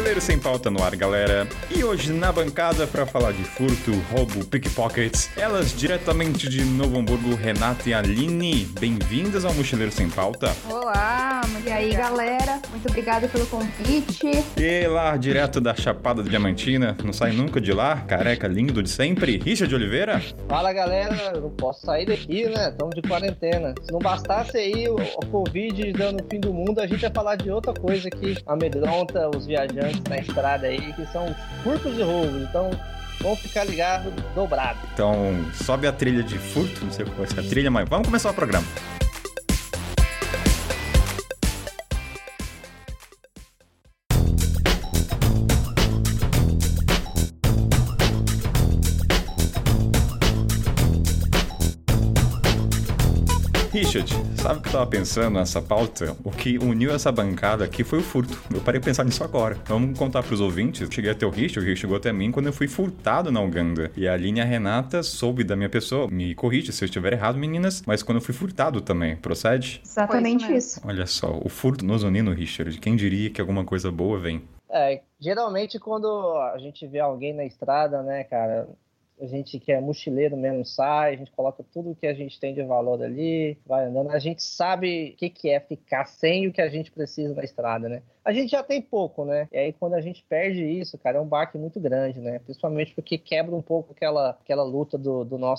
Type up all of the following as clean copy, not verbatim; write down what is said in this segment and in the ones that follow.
Mochileiro Sem Pauta no ar, galera. E hoje na bancada para falar de furto, roubo, pickpockets, elas diretamente de Novo Hamburgo, Renata e Aline. Bem-vindas ao Mochileiro Sem Pauta. Olá, e aí galera, muito obrigada pelo convite. E lá, direto da Chapada Diamantina, não sai nunca de lá, careca lindo de sempre, Richard Oliveira. Fala galera, eu não posso sair daqui, né? Estamos de quarentena. Se não bastasse aí o Covid dando o fim do mundo, a gente ia falar de outra coisa que amedronta os viajantes na estrada aí, que são furtos e roubos. Então, vamos ficar ligados dobrado. Então, sobe a trilha de furto, não sei qual vai ser a trilha, mas vamos começar o programa. Richard, sabe o que eu tava pensando nessa pauta? O que uniu essa bancada aqui foi o furto. Eu parei de pensar nisso agora. Vamos contar pros ouvintes. Eu cheguei até o Richard chegou até mim quando eu fui furtado na Uganda. E a Aline e a Renata soube da minha pessoa. Me corrige se eu estiver errado, meninas. Mas quando eu fui furtado também, procede? Exatamente isso. Olha só, o furto nos unindo, Richard. Quem diria que alguma coisa boa vem? Geralmente quando a gente vê alguém na estrada, né, cara... A gente que é mochileiro mesmo sai, a gente coloca tudo que a gente tem de valor ali, vai andando. A gente sabe o que é ficar sem o que a gente precisa na estrada, né? A gente já tem pouco, né? E aí quando a gente perde isso, cara, é um baque muito grande, né? Principalmente porque quebra um pouco aquela luta do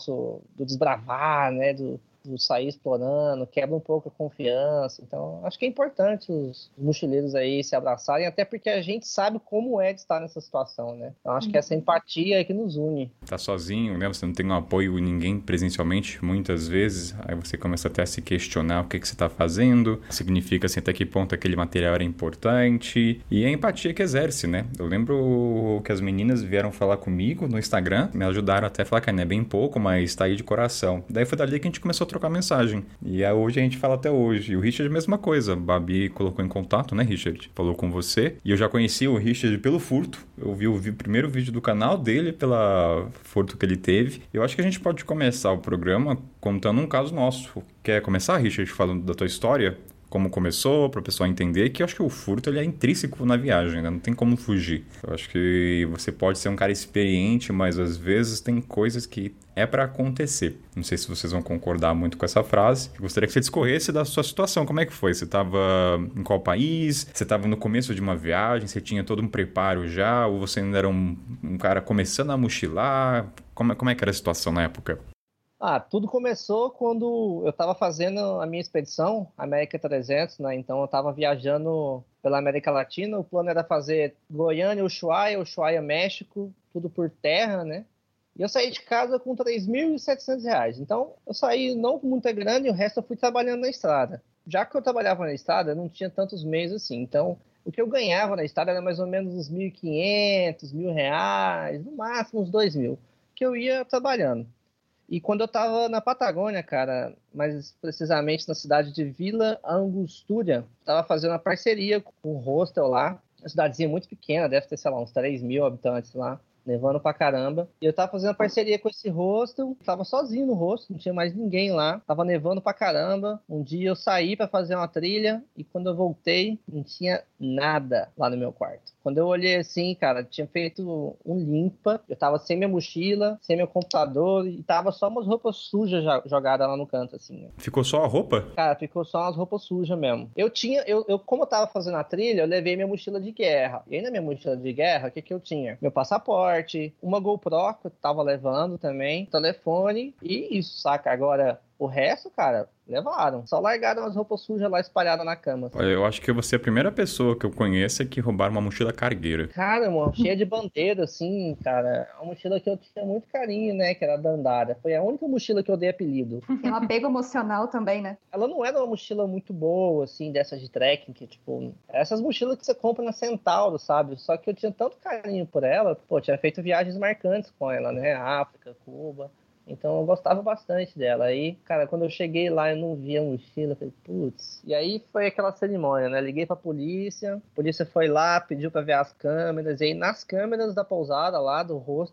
desbravar, né? Do sair explorando, quebra um pouco a confiança. Então, acho que é importante os mochileiros aí se abraçarem, até porque a gente sabe como é de estar nessa situação, né? Então, acho que essa empatia é que nos une. Tá sozinho, né? Você não tem um apoio em ninguém presencialmente, muitas vezes. Aí você começa até a se questionar o que você tá fazendo. Significa, assim, até que ponto aquele material era importante. E a empatia que exerce, né? Eu lembro que as meninas vieram falar comigo no Instagram, me ajudaram até a falar que ainda é bem pouco, mas tá aí de coração. Daí foi dali que a gente começou a trocar mensagem. E hoje a gente fala até hoje. E o Richard, mesma coisa. A Babi colocou em contato, né, Richard? Falou com você. E eu já conheci o Richard pelo furto. Eu vi o primeiro vídeo do canal dele pela furto que ele teve. Eu acho que a gente pode começar o programa contando um caso nosso. Quer começar, Richard, falando da tua história? Como começou, para o pessoal entender que eu acho que o furto ele é intrínseco na viagem, né? Não tem como fugir. Eu acho que você pode ser um cara experiente, mas às vezes tem coisas que é para acontecer. Não sei se vocês vão concordar muito com essa frase. Eu gostaria que você discorresse da sua situação. Como é que foi? Você estava em qual país? Você estava no começo de uma viagem? Você tinha todo um preparo já? Ou você ainda era um cara começando a mochilar? Como é que era a situação na época? Tudo começou quando eu estava fazendo a minha expedição, América 300, né? Então eu estava viajando pela América Latina. O plano era fazer Goiânia, Ushuaia, México, tudo por terra, né? E eu saí de casa com R$3.700. Então eu saí não com muita grana e o resto eu fui trabalhando na estrada. Já que eu trabalhava na estrada, eu não tinha tantos meios assim. Então o que eu ganhava na estrada era mais ou menos uns R$1.500, R$1.000, no máximo uns R$2.000, que eu ia trabalhando. E quando eu tava na Patagônia, cara, mais precisamente na cidade de Vila Angostura, tava fazendo uma parceria com um hostel lá, uma cidadezinha muito pequena, deve ter, sei lá, uns 3.000 habitantes lá, nevando pra caramba. E eu tava fazendo parceria com esse hostel, tava sozinho no hostel, não tinha mais ninguém lá, tava nevando pra caramba. Um dia eu saí pra fazer uma trilha e quando eu voltei, não tinha nada lá no meu quarto. Quando eu olhei assim, cara, tinha feito um limpa, eu tava sem minha mochila, sem meu computador e tava só umas roupas sujas jogadas lá no canto, assim. Ficou só a roupa? Cara, ficou só umas roupas sujas mesmo. Como eu tava fazendo a trilha, eu levei minha mochila de guerra. E aí na minha mochila de guerra, o que eu tinha? Meu passaporte, uma GoPro que eu tava levando também, telefone e isso, saca? Agora, o resto, cara, levaram. Só largaram as roupas sujas lá espalhadas na cama. Olha, eu acho que você é a primeira pessoa que eu conheço que roubaram uma mochila cargueira. Cara, mano, cheia de bandeira, assim, cara. Uma mochila que eu tinha muito carinho, né? Que era Dandara. Foi a única mochila que eu dei apelido. Tem um apego emocional também, né? Ela não era uma mochila muito boa, assim, dessas de trekking, que, tipo... Essas mochilas que você compra na Centauro, sabe? Só que eu tinha tanto carinho por ela. Pô, tinha feito viagens marcantes com ela, né? África, Cuba... Então eu gostava bastante dela. Aí, cara, quando eu cheguei lá eu não via a mochila, falei, putz. E aí foi aquela cerimônia, né? Liguei pra polícia, a polícia foi lá, pediu pra ver as câmeras. E aí nas câmeras da pousada lá, do hostel,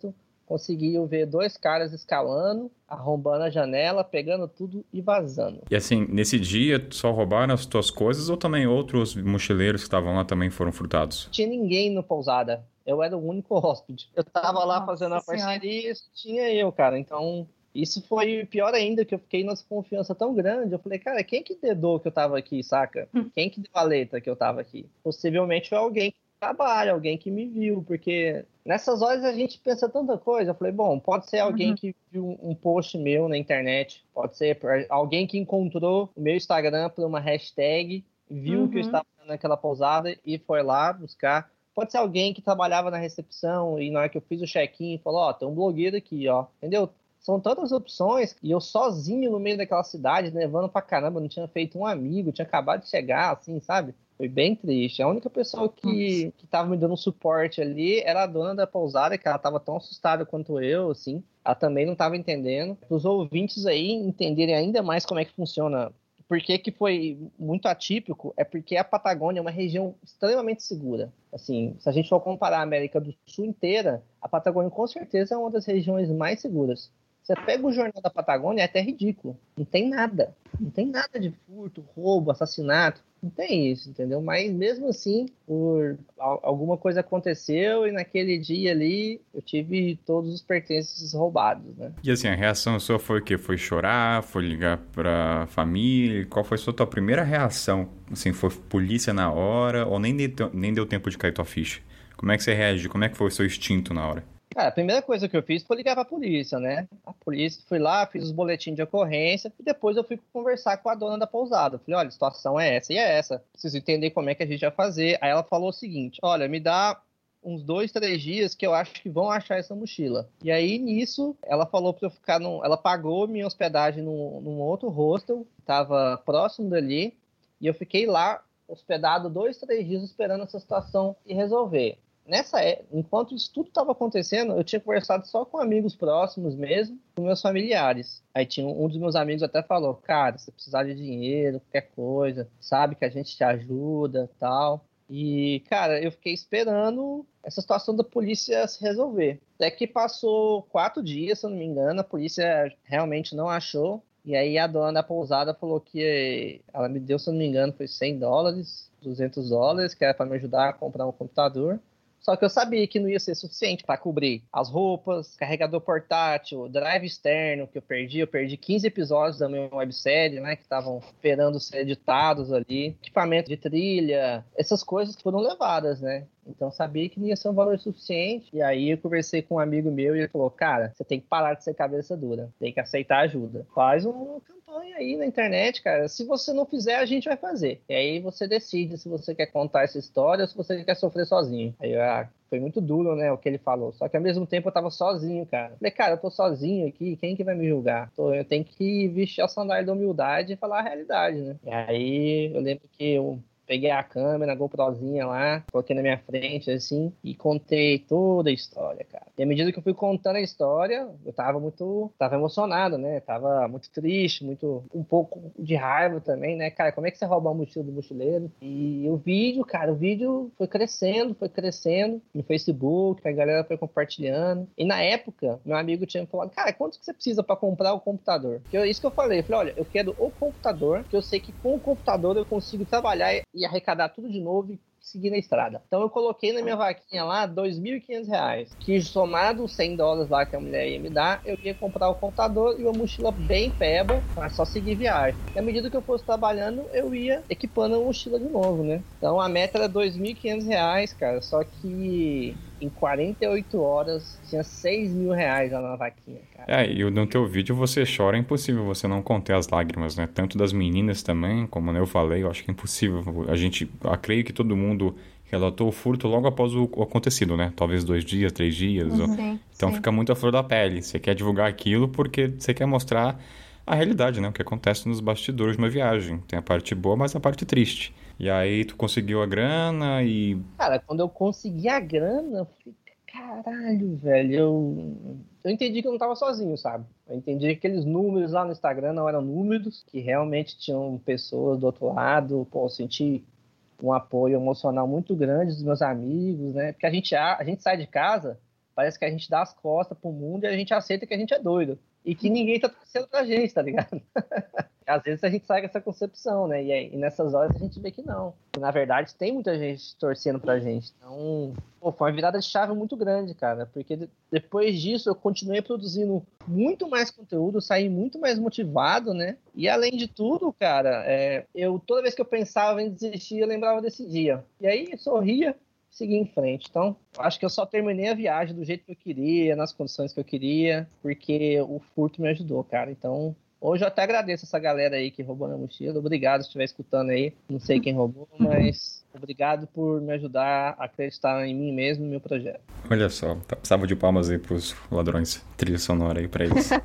conseguiu ver 2 caras escalando, arrombando a janela, pegando tudo e vazando. E assim, nesse dia só roubaram as tuas coisas ou também outros mochileiros que estavam lá também foram furtados? Não tinha ninguém no pousada. Eu era o único hóspede. Eu tava lá Nossa fazendo a Senhora. parceria e só tinha eu, cara. Então, isso foi pior ainda, que eu fiquei numa confiança tão grande. Eu falei, cara, quem que dedou que eu tava aqui, saca? Quem que deu a letra que eu tava aqui? Possivelmente foi alguém que trabalha, alguém que me viu, porque nessas horas a gente pensa tanta coisa. Eu falei, bom, pode ser alguém que viu um post meu na internet, pode ser alguém que encontrou o meu Instagram por uma hashtag, viu que eu estava naquela pousada e foi lá buscar. Pode ser alguém que trabalhava na recepção e na hora que eu fiz o check-in falou, ó, tem um blogueiro aqui, ó, entendeu? São tantas opções e eu sozinho no meio daquela cidade, nevando pra caramba, não tinha feito um amigo, tinha acabado de chegar, assim, sabe? Foi bem triste. A única pessoa que tava me dando suporte ali era a dona da pousada, que ela tava tão assustada quanto eu, assim. Ela também não tava entendendo. Para os ouvintes aí entenderem ainda mais como é que funciona. Por que foi muito atípico? É porque a Patagônia é uma região extremamente segura. Assim, se a gente for comparar a América do Sul inteira, a Patagônia com certeza é uma das regiões mais seguras. Você pega o jornal da Patagônia, é até ridículo. Não tem nada. Não tem nada de furto, roubo, assassinato. Não tem isso, entendeu? Mas mesmo assim, alguma coisa aconteceu e naquele dia ali eu tive todos os pertences roubados, né? E assim, a reação sua foi o quê? Foi chorar? Foi ligar pra família? Qual foi a sua tua primeira reação? Assim, foi polícia na hora ou nem deu tempo de cair tua ficha? Como é que você reagiu? Como é que foi o seu instinto na hora? Cara, a primeira coisa que eu fiz foi ligar pra polícia, né? A polícia, fui lá, fiz os boletins de ocorrência e depois eu fui conversar com a dona da pousada. Falei, olha, a situação é essa e é essa. Preciso entender como é que a gente vai fazer. Aí ela falou o seguinte, olha, me dá uns 2, 3 dias que eu acho que vão achar essa mochila. E aí, nisso, ela falou pra eu ficar ela pagou minha hospedagem num outro hostel, que tava próximo dali, e eu fiquei lá hospedado 2, 3 dias esperando essa situação se resolver. Enquanto isso tudo estava acontecendo, eu tinha conversado só com amigos próximos mesmo, com meus familiares. Aí tinha um dos meus amigos até falou, cara, se precisar de dinheiro, qualquer coisa, sabe que a gente te ajuda, tal. E, cara, eu fiquei esperando essa situação da polícia se resolver. Até que passou 4 dias, se eu não me engano, a polícia realmente não achou. E aí a dona da pousada falou que ela me deu, se eu não me engano, foi $100, $200, que era para me ajudar a comprar um computador. Só que eu sabia que não ia ser suficiente para cobrir as roupas, carregador portátil, drive externo que eu perdi. Eu perdi 15 episódios da minha websérie, né? Que estavam esperando ser editados ali. Equipamento de trilha, essas coisas que foram levadas, né? Então eu sabia que não ia ser um valor suficiente. E aí eu conversei com um amigo meu e ele falou, cara, você tem que parar de ser cabeça dura. Tem que aceitar ajuda. Faz uma campanha aí na internet, cara. Se você não fizer, a gente vai fazer. E aí você decide se você quer contar essa história ou se você quer sofrer sozinho. Aí foi muito duro, né, o que ele falou. Só que ao mesmo tempo eu tava sozinho, cara. Falei, cara, eu tô sozinho aqui, quem que vai me julgar? Eu tenho que vestir a sandália da humildade e falar a realidade, né? E aí eu lembro que eu peguei a câmera, a GoProzinha lá, coloquei na minha frente, assim, e contei toda a história, cara. E à medida que eu fui contando a história, eu tava emocionado, né? Tava muito triste, um pouco de raiva também, né? Cara, como é que você rouba uma mochila do mochileiro? E o vídeo foi crescendo no Facebook, a galera foi compartilhando. E na época, meu amigo tinha falado, cara, quanto que você precisa pra comprar o computador? Isso que eu falei, olha, eu quero o computador, que eu sei que com o computador eu consigo trabalhar e arrecadar tudo de novo e seguir na estrada. Então eu coloquei na minha vaquinha lá R$2.500, que somado os $100 lá que a mulher ia me dar, eu ia comprar o computador e uma mochila bem peba, para só seguir viagem. E à medida que eu fosse trabalhando, eu ia equipando a mochila de novo, né? Então a meta era R$2.500, cara, só que em 48 horas tinha R$6.000 lá na vaquinha, cara. E no teu vídeo você chora, é impossível você não conter as lágrimas, né? Tanto das meninas também, como eu falei, eu acho que é impossível. Eu creio que todo mundo relatou o furto logo após o acontecido, né? Talvez 2 dias, 3 dias. Então fica muito à flor da pele. Você quer divulgar aquilo porque você quer mostrar a realidade, né? O que acontece nos bastidores de uma viagem. Tem a parte boa, mas a parte triste. E aí tu conseguiu a grana e... Cara, quando eu consegui a grana, eu falei, caralho, velho, eu entendi que eu não tava sozinho, sabe? Eu entendi que aqueles números lá no Instagram não eram números, que realmente tinham pessoas do outro lado. Pô, eu senti um apoio emocional muito grande dos meus amigos, né? Porque a gente sai de casa Parece que a gente dá as costas pro mundo e a gente aceita que a gente é doido. E que ninguém tá torcendo pra gente, tá ligado? Às vezes a gente sai com essa concepção, né? E nessas horas a gente vê que não. Na verdade, tem muita gente torcendo pra gente. Então, foi uma virada de chave muito grande, cara. Porque depois disso eu continuei produzindo muito mais conteúdo, saí muito mais motivado, né? E além de tudo, cara, toda vez que eu pensava em desistir, eu lembrava desse dia. E aí eu sorria, seguir em frente. Então, acho que eu só terminei a viagem do jeito que eu queria, nas condições que eu queria, porque o furto me ajudou, cara. Então, hoje eu até agradeço essa galera aí que roubou minha mochila. Obrigado se estiver escutando aí. Não sei quem roubou, mas obrigado por me ajudar a acreditar em mim mesmo e no meu projeto. Olha só, precisava de palmas aí pros ladrões. Trilha sonora aí pra eles.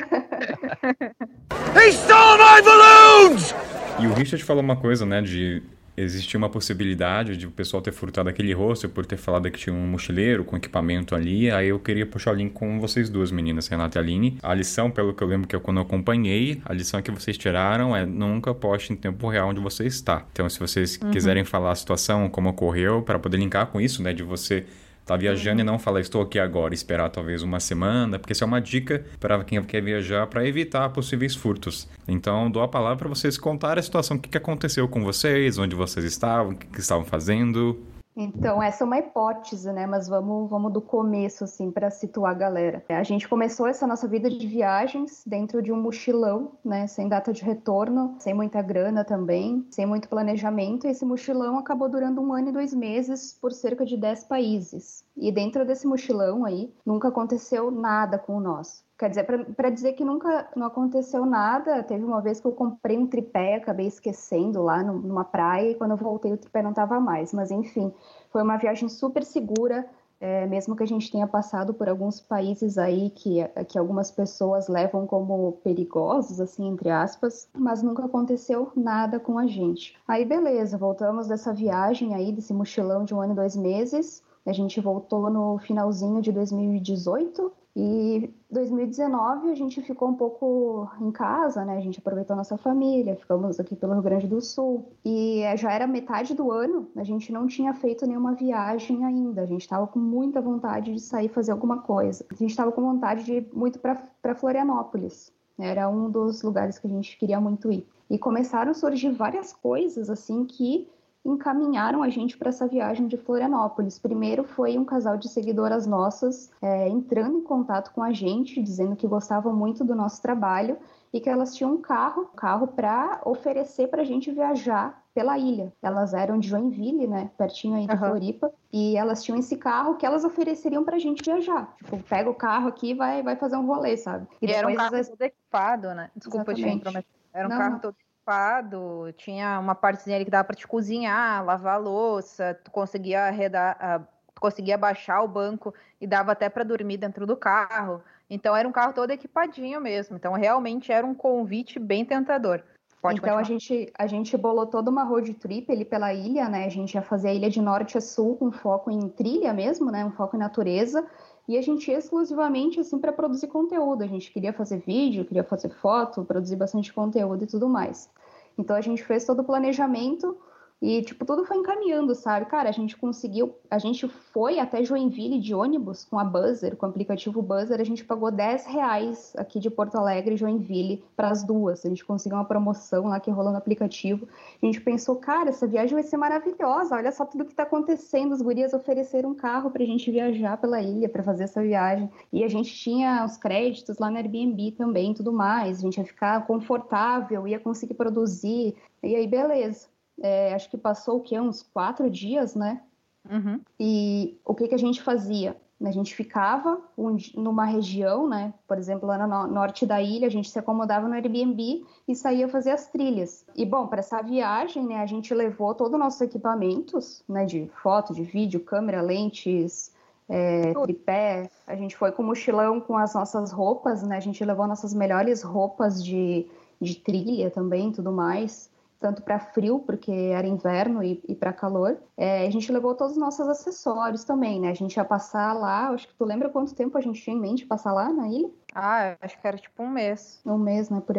They stole my balloons! E o Richard falou uma coisa, né, de existia uma possibilidade de o pessoal ter furtado aquele hostel por ter falado que tinha um mochileiro com equipamento ali. Aí eu queria puxar o link com vocês duas meninas, Renata e Aline. A lição, pelo que eu lembro que quando eu acompanhei, a lição que vocês tiraram é nunca poste em tempo real onde você está. Então, se vocês quiserem falar a situação, como ocorreu, para poder linkar com isso, né, de você tá viajando e não falar estou aqui agora, esperar talvez uma semana, porque isso é uma dica para quem quer viajar para evitar possíveis furtos. Então, dou a palavra para vocês contarem a situação, o que aconteceu com vocês, onde vocês estavam, o que estavam fazendo. Então, essa é uma hipótese, né? Mas vamos do começo, assim, para situar a galera. A gente começou essa nossa vida de viagens dentro de um mochilão, né? Sem data de retorno, sem muita grana também, sem muito planejamento. E esse mochilão acabou durando 1 ano e 2 meses por cerca de 10 países. E dentro desse mochilão aí, nunca aconteceu nada com nós. Quer dizer, para dizer que nunca não aconteceu nada, teve uma vez que eu comprei um tripé, acabei esquecendo lá numa praia, e quando eu voltei o tripé não estava mais. Mas enfim, foi uma viagem super segura, mesmo que a gente tenha passado por alguns países aí que algumas pessoas levam como perigosos, assim, entre aspas, mas nunca aconteceu nada com a gente. Aí beleza, voltamos dessa viagem aí, desse mochilão de 1 ano e 2 meses, a gente voltou no finalzinho de 2018, e 2019 a gente ficou um pouco em casa, né? A gente aproveitou a nossa família, ficamos aqui pelo Rio Grande do Sul. E já era metade do ano, a gente não tinha feito nenhuma viagem ainda. A gente estava com muita vontade de sair fazer alguma coisa. A gente estava com vontade de ir muito para Florianópolis. Era um dos lugares que a gente queria muito ir. E começaram a surgir várias coisas, assim, que encaminharam a gente para essa viagem de Florianópolis. Primeiro foi um casal de seguidoras nossas entrando em contato com a gente, dizendo que gostavam muito do nosso trabalho e que elas tinham um carro para oferecer para a gente viajar pela ilha. Elas eram de Joinville, né, pertinho aí de Floripa, e elas tinham esse carro que elas ofereceriam pra gente viajar. Tipo, pega o carro aqui e vai fazer um rolê, sabe? E era um carro todo equipado, né? Desculpa te intrometer. Era um carro todo equipado, tinha uma partezinha ali que dava pra te cozinhar, lavar a louça, tu conseguia baixar o banco e dava até pra dormir dentro do carro. Então era um carro todo equipadinho mesmo. Então realmente era um convite bem tentador. Então a gente bolou toda uma road trip ali pela ilha, né? A gente ia fazer a ilha de norte a sul com foco em trilha mesmo, né? Um foco em natureza. E a gente ia exclusivamente assim para produzir conteúdo. A gente queria fazer vídeo, queria fazer foto, produzir bastante conteúdo e tudo mais. Então a gente fez todo o planejamento e, tipo, tudo foi encaminhando, sabe? Cara, a gente foi até Joinville de ônibus com a Buzzer, com o aplicativo Buzzer, a gente pagou R$10 aqui de Porto Alegre e Joinville para as duas. A gente conseguiu uma promoção lá que rolou no aplicativo. A gente pensou, cara, essa viagem vai ser maravilhosa, olha só tudo que tá acontecendo. Os gurias ofereceram um carro pra gente viajar pela ilha, pra fazer essa viagem. E a gente tinha os créditos lá no Airbnb também, tudo mais. A gente ia ficar confortável, ia conseguir produzir. E aí, beleza. Acho que passou o quê? Uns 4 dias, né? Uhum. E o que a gente fazia? A gente ficava numa região, né? Por exemplo, lá no norte da ilha, a gente se acomodava no Airbnb e saía fazer as trilhas. E, bom, para essa viagem, né, a gente levou todos os nossos equipamentos, né? De foto, de vídeo, câmera, lentes, tripé. A gente foi com o mochilão com as nossas roupas, né? A gente levou nossas melhores roupas de trilha também, tudo mais. Tanto para frio, porque era inverno, e para calor. A gente levou todos os nossos acessórios também, né? A gente ia passar lá, acho que tu lembra quanto tempo a gente tinha em mente passar lá na ilha? Acho que era tipo 1 mês. 1 mês, né, por aí.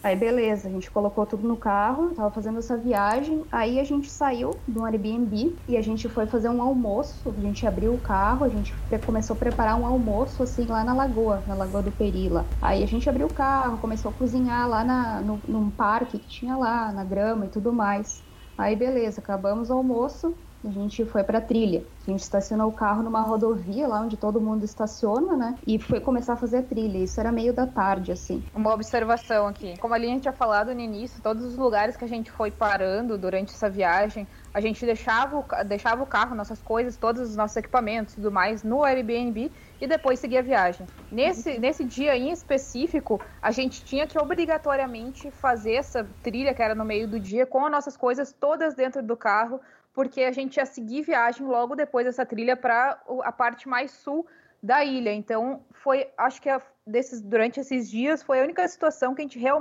Aí beleza, a gente colocou tudo no carro, tava fazendo essa viagem, aí a gente saiu de um Airbnb e a gente foi fazer um almoço, a gente abriu o carro, a gente começou a preparar um almoço assim lá na Lagoa do Peri lá. Aí a gente abriu o carro, começou a cozinhar lá num parque que tinha lá, na grama e tudo mais. Aí beleza, acabamos o almoço, a gente foi pra trilha. A gente estacionou o carro numa rodovia, lá onde todo mundo estaciona, né? E foi começar a fazer a trilha. Isso era meio da tarde, assim. Uma observação aqui. Como a Aline tinha falado no início, todos os lugares que a gente foi parando durante essa viagem, a gente deixava o carro, nossas coisas, todos os nossos equipamentos e tudo mais no Airbnb e depois seguia a viagem. Nesse dia em específico, a gente tinha que obrigatoriamente fazer essa trilha que era no meio do dia com as nossas coisas todas dentro do carro, porque a gente ia seguir viagem logo depois dessa trilha para a parte mais sul da ilha. Então, acho que durante esses dias foi a única situação que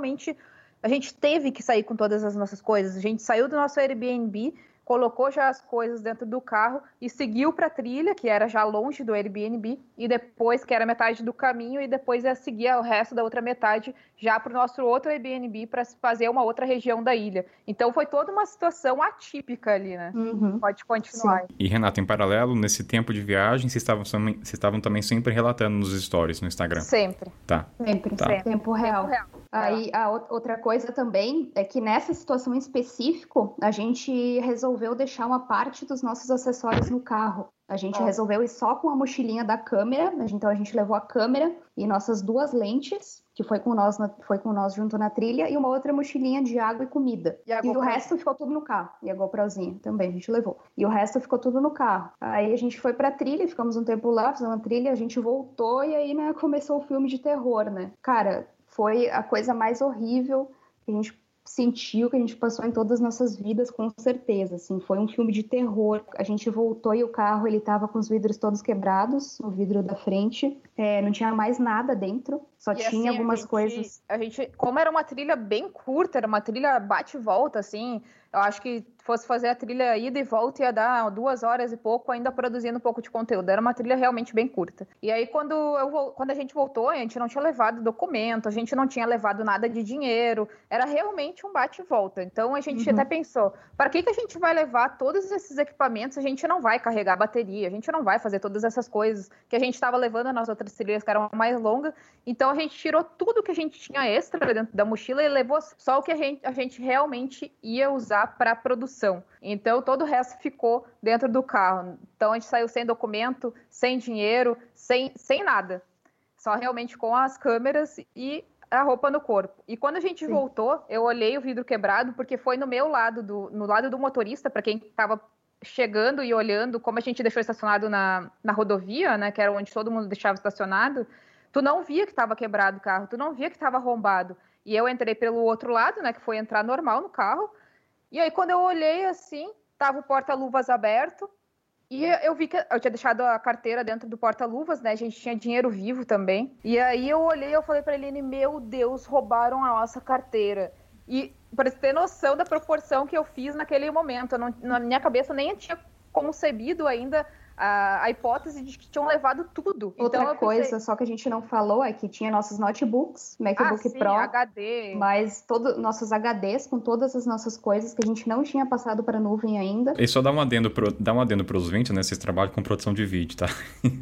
a gente teve que sair com todas as nossas coisas. A gente saiu do nosso Airbnb, colocou já as coisas dentro do carro e seguiu para a trilha, que era já longe do Airbnb, e depois, que era metade do caminho, e depois ia seguir o resto da outra metade já para o nosso outro Airbnb para fazer uma outra região da ilha. Então foi toda uma situação atípica ali, né? Uhum. Pode continuar. E Renata, em paralelo, nesse tempo de viagem, vocês estavam também sempre relatando nos stories no Instagram? Sempre. Tá. Sempre. Tempo real. Aí a outra coisa também é que nessa situação em específico, a gente resolveu deixar uma parte dos nossos acessórios no carro. A gente resolveu ir só com a mochilinha da câmera, então a gente levou a câmera e nossas 2 lentes, que foi com nós junto na trilha, e uma outra mochilinha de água e comida. E o resto ficou tudo no carro. E a GoProzinha também a gente levou. E o resto ficou tudo no carro. Aí a gente foi pra trilha, ficamos um tempo lá, fizemos uma trilha, a gente voltou e aí, né, começou o filme de terror, né? Cara, foi a coisa mais horrível que a gente sentiu, que a gente passou em todas as nossas vidas, com certeza, assim, foi um filme de terror. A gente voltou e o carro, ele tava com os vidros todos quebrados, o vidro da frente, não tinha mais nada dentro, só tinha assim, algumas coisas. A gente, como era uma trilha bem curta, era uma trilha bate e volta, assim, eu acho que fosse fazer a trilha ida e volta ia dar 2 horas e pouco, ainda produzindo um pouco de conteúdo. Era uma trilha realmente bem curta. E aí, quando a gente voltou, a gente não tinha levado documento, a gente não tinha levado nada de dinheiro. Era realmente um bate e volta. Então, a gente até pensou, para que a gente vai levar todos esses equipamentos? A gente não vai carregar bateria, a gente não vai fazer todas essas coisas que a gente estava levando nas outras trilhas que eram mais longas. Então, a gente tirou tudo que a gente tinha extra dentro da mochila e levou só o que a gente realmente ia usar para produção. Então, todo o resto ficou dentro do carro. Então, a gente saiu sem documento, sem dinheiro, sem nada. Só realmente com as câmeras e a roupa no corpo. E quando a gente voltou, eu olhei o vidro quebrado, porque foi no meu lado, no lado do motorista, para quem estava chegando e olhando, como a gente deixou estacionado na rodovia, né, que era onde todo mundo deixava estacionado, tu não via que estava quebrado o carro, tu não via que estava arrombado. E eu entrei pelo outro lado, né, que foi entrar normal no carro. E aí, quando eu olhei assim, tava o porta-luvas aberto, e eu vi que eu tinha deixado a carteira dentro do porta-luvas, né? A gente tinha dinheiro vivo também. E aí eu olhei e eu falei pra Eline, meu Deus, roubaram a nossa carteira. E para você ter noção da proporção que eu fiz naquele momento, na minha cabeça nem tinha concebido ainda a hipótese de que tinham levado tudo. Outra então, coisa, só que a gente não falou, é que tinha nossos notebooks, MacBook Pro, HD. mas todos nossos HDs com todas as nossas coisas que a gente não tinha passado para a nuvem ainda. E só dá um adendo para os ouvintes, né? Vocês trabalham com produção de vídeo, tá?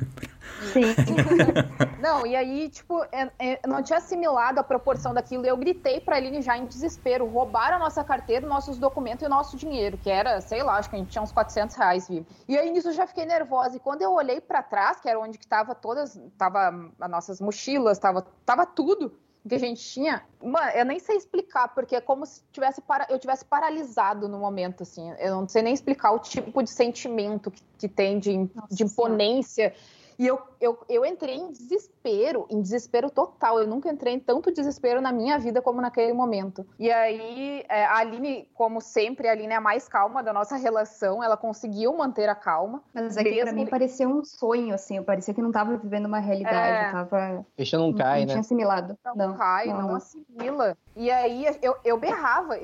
Sim. Não, e aí, tipo, eu não tinha assimilado a proporção daquilo. Eu gritei pra Aline já em desespero. Roubaram a nossa carteira, nossos documentos e o nosso dinheiro, que era, sei lá, acho que a gente tinha uns R$400 vivo. E aí, nisso, eu já fiquei nervosa. E quando eu olhei pra trás, que era onde que tava as nossas mochilas, tava tudo que a gente tinha, mano, eu nem sei explicar, porque é como se eu tivesse paralisado no momento, assim. Eu não sei nem explicar o tipo de sentimento que tem de imponência. E eu entrei em desespero total. Eu nunca entrei em tanto desespero na minha vida como naquele momento. E aí, a Aline, como sempre, a Aline é a mais calma da nossa relação. Ela conseguiu manter a calma. Mas é que pra mim parecia um sonho, assim. Eu parecia que não tava vivendo uma realidade. Eu tava... Fechando não cai, não tinha assimilado. Não cai, não assimila. E aí, eu berrava.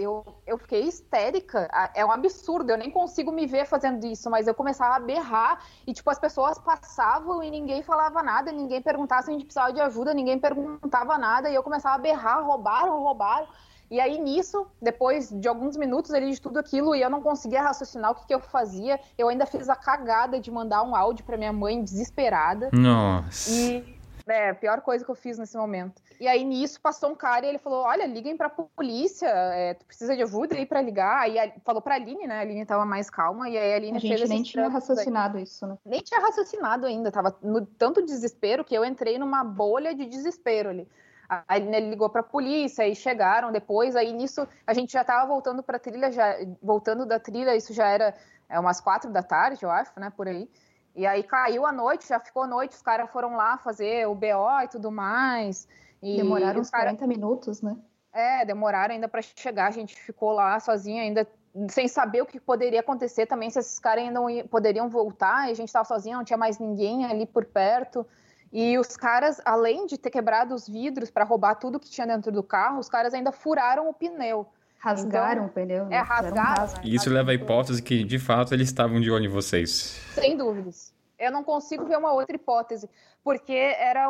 eu fiquei histérica. É um absurdo, eu nem consigo me ver fazendo isso, mas eu começava a berrar e, tipo, as pessoas passavam e ninguém falava nada, ninguém perguntava se a gente precisava de ajuda, ninguém perguntava nada, e eu começava a berrar, roubaram. E aí, nisso, depois de alguns minutos ali de tudo aquilo, e eu não conseguia raciocinar o que eu fazia, eu ainda fiz a cagada de mandar um áudio pra minha mãe desesperada. Nossa. E a pior coisa que eu fiz nesse momento. E aí, nisso, passou um cara e ele falou, olha, liguem pra polícia, tu precisa de ajuda aí pra ligar. Aí falou pra Aline, né? A Aline tava mais calma, e aí a Aline fez... A gente nem tinha raciocinado isso, né? Nem tinha raciocinado ainda, tava no tanto desespero que eu entrei numa bolha de desespero ali. Aí ele ligou pra polícia, aí chegaram depois, aí nisso a gente já tava voltando pra trilha, voltando da trilha, isso já era umas 4 da tarde, eu acho, né, por aí. E aí caiu a noite, já ficou noite, os caras foram lá fazer o BO e tudo mais. E demoraram uns 40 minutos, né? Demoraram ainda pra chegar, a gente ficou lá sozinha ainda, sem saber o que poderia acontecer também, se esses caras ainda poderiam voltar, e a gente tava sozinha, não tinha mais ninguém ali por perto. E os caras, além de ter quebrado os vidros para roubar tudo que tinha dentro do carro, os caras ainda furaram o pneu. Rasgaram o pneu. Né? Rasgaram. E isso leva à hipótese que, de fato, eles estavam de olho em vocês. Sem dúvidas. Eu não consigo ver uma outra hipótese, porque era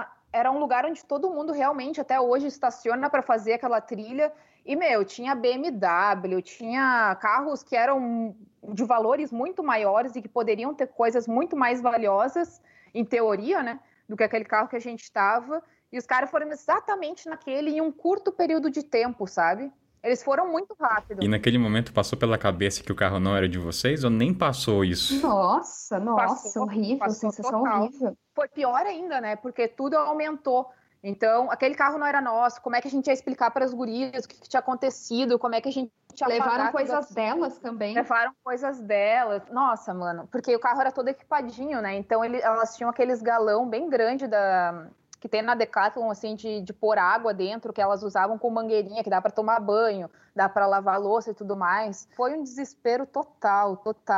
um lugar onde todo mundo realmente, até hoje, estaciona para fazer aquela trilha. E, tinha BMW, tinha carros que eram de valores muito maiores e que poderiam ter coisas muito mais valiosas, em teoria, né, do que aquele carro que a gente estava, e os caras foram exatamente naquele em um curto período de tempo, sabe? Eles foram muito rápido. E naquele momento passou pela cabeça que o carro não era de vocês ou nem passou isso? Nossa, horrível, sensação horrível. Foi pior ainda, né, porque tudo aumentou. Então, aquele carro não era nosso, como é que a gente ia explicar para as gurias o que tinha acontecido, como é que a gente ia Levaram coisas delas também. Levaram coisas delas. Nossa, mano, porque o carro era todo equipadinho, né? Então, elas tinham aqueles galão bem grande que tem na Decathlon, assim, de pôr água dentro, que elas usavam com mangueirinha, que dá para tomar banho, dá para lavar louça e tudo mais. Foi um desespero total.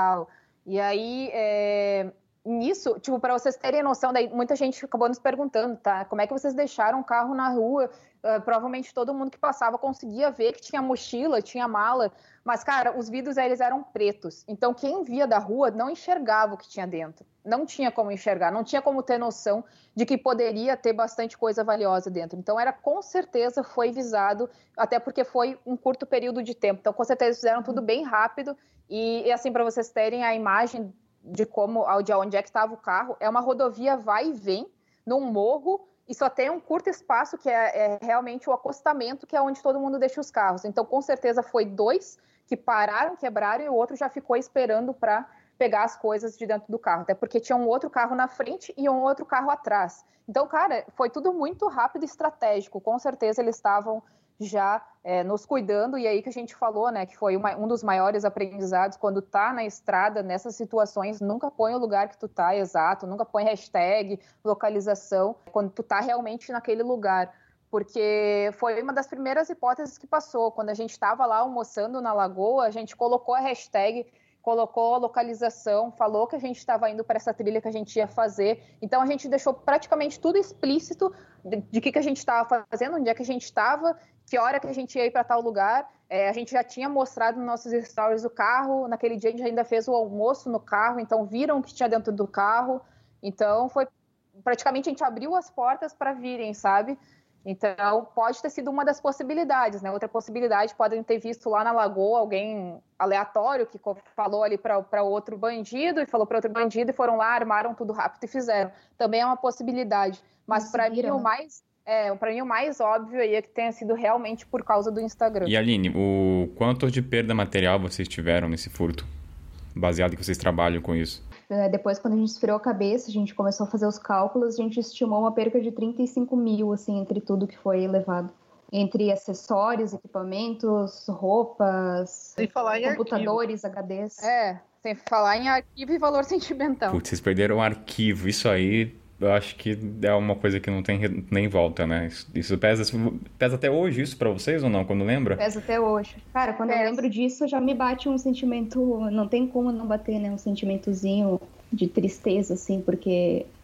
E aí... Nisso, tipo, para vocês terem noção, daí muita gente acabou nos perguntando, tá? Como é que vocês deixaram o carro na rua? Provavelmente todo mundo que passava conseguia ver que tinha mochila, tinha mala, mas, cara, os vidros eles eram pretos. Então, quem via da rua não enxergava o que tinha dentro. Não tinha como enxergar, não tinha como ter noção de que poderia ter bastante coisa valiosa dentro. Então, com certeza foi visado, até porque foi um curto período de tempo. Então, com certeza fizeram tudo bem rápido. E assim, para vocês terem a imagem de onde é que estava o carro, é uma rodovia vai e vem, num morro, e só tem um curto espaço, que é realmente o acostamento, que é onde todo mundo deixa os carros. Então, com certeza, foi 2 que pararam, quebraram, e o outro já ficou esperando para pegar as coisas de dentro do carro, até porque tinha um outro carro na frente e um outro carro atrás. Então, cara, foi tudo muito rápido e estratégico. Com certeza, eles estavam já nos cuidando, e aí que a gente falou, né, que foi um dos maiores aprendizados, quando tá na estrada, nessas situações, nunca põe o lugar que tu tá exato, nunca põe hashtag, localização, quando tu tá realmente naquele lugar, porque foi uma das primeiras hipóteses que passou, quando a gente estava lá almoçando na lagoa, a gente colocou a hashtag, colocou a localização, falou que a gente estava indo para essa trilha que a gente ia fazer, então a gente deixou praticamente tudo explícito de que a gente estava fazendo, onde é que a gente estava, que hora que a gente ia ir para tal lugar. A gente já tinha mostrado nos nossos stories o carro, naquele dia a gente ainda fez o almoço no carro, então viram o que tinha dentro do carro, então foi praticamente a gente abriu as portas para virem, sabe? Então pode ter sido uma das possibilidades, né? Outra possibilidade, podem ter visto lá na lagoa alguém aleatório que falou ali para outro bandido e falou para outro bandido e foram lá, armaram tudo rápido e fizeram. Também é uma possibilidade, mas para mim o mais... para mim o mais óbvio aí é que tenha sido realmente por causa do Instagram. E Aline, o quanto de perda material vocês tiveram nesse furto? Baseado em que vocês trabalham com isso? Depois, quando a gente esfriou a cabeça, a gente começou a fazer os cálculos, a gente estimou uma perca de 35 mil, assim, entre tudo que foi levado. Entre acessórios, equipamentos, roupas, computadores, HDs. Sem falar em arquivo e valor sentimental. Putz, vocês perderam o arquivo, isso aí... Eu acho que é uma coisa que não tem nem volta, né? Isso pesa até hoje isso pra vocês ou não, quando lembra? Pesa até hoje. Cara, quando eu lembro disso, já me bate um sentimento... Não tem como não bater, né? Um sentimentozinho de tristeza, assim, porque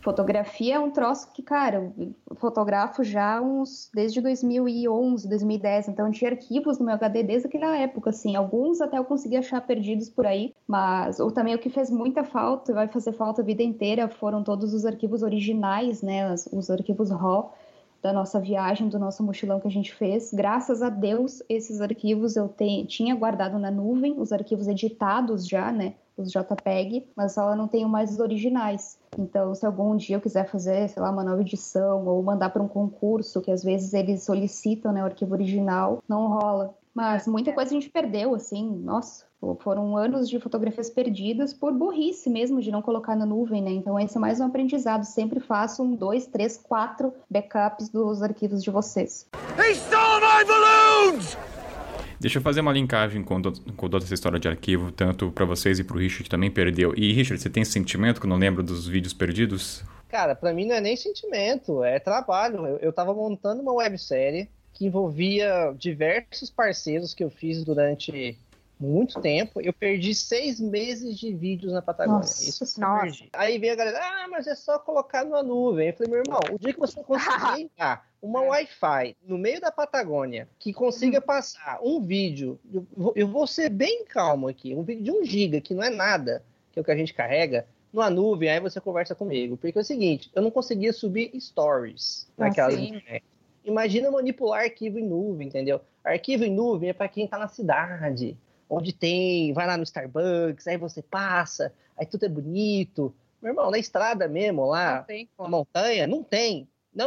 Fotografia é um troço que, cara, eu fotografo já desde 2011, 2010, então eu tinha arquivos no meu HD desde aquela época, assim, alguns até eu consegui achar perdidos por aí, mas também o que fez muita falta, vai fazer falta a vida inteira, foram todos os arquivos originais, né, os arquivos RAW da nossa viagem, do nosso mochilão que a gente fez. Graças a Deus, esses arquivos eu tinha guardado na nuvem, os arquivos editados já, né, os JPEG, mas só eu não tenho mais os originais. Então, se algum dia eu quiser fazer, sei lá, uma nova edição ou mandar para um concurso, que às vezes eles solicitam, né, o arquivo original, não rola. Mas muita coisa a gente perdeu, assim, nossa, foram anos de fotografias perdidas por burrice mesmo, de não colocar na nuvem, né? Então esse é mais um aprendizado, sempre façam 2, 3, 4 backups dos arquivos de vocês. He stole my balloons! Deixa eu fazer uma linkagem com toda essa história de arquivo, tanto para vocês e pro Richard, que também perdeu. E Richard, você tem esse sentimento que eu não lembro dos vídeos perdidos? Cara, pra mim não é nem sentimento, é trabalho. Eu tava montando uma websérie que envolvia diversos parceiros que eu fiz durante muito tempo. Eu perdi 6 meses de vídeos na Patagônia. Nossa, isso eu perdi. Aí vem a galera, mas é só colocar numa nuvem. Eu falei, meu irmão, o dia que você conseguir uma Wi-Fi no meio da Patagônia que consiga passar um vídeo, eu vou ser bem calmo aqui, um vídeo de 1 giga, que não é nada, que é o que a gente carrega, numa nuvem, aí você conversa comigo. Porque é o seguinte, eu não conseguia subir stories naquelas internet. Imagina manipular arquivo em nuvem, entendeu? Arquivo em nuvem é para quem tá na cidade, onde vai lá no Starbucks, aí você passa, aí tudo é bonito. Meu irmão, na estrada mesmo, lá, na montanha, não tem,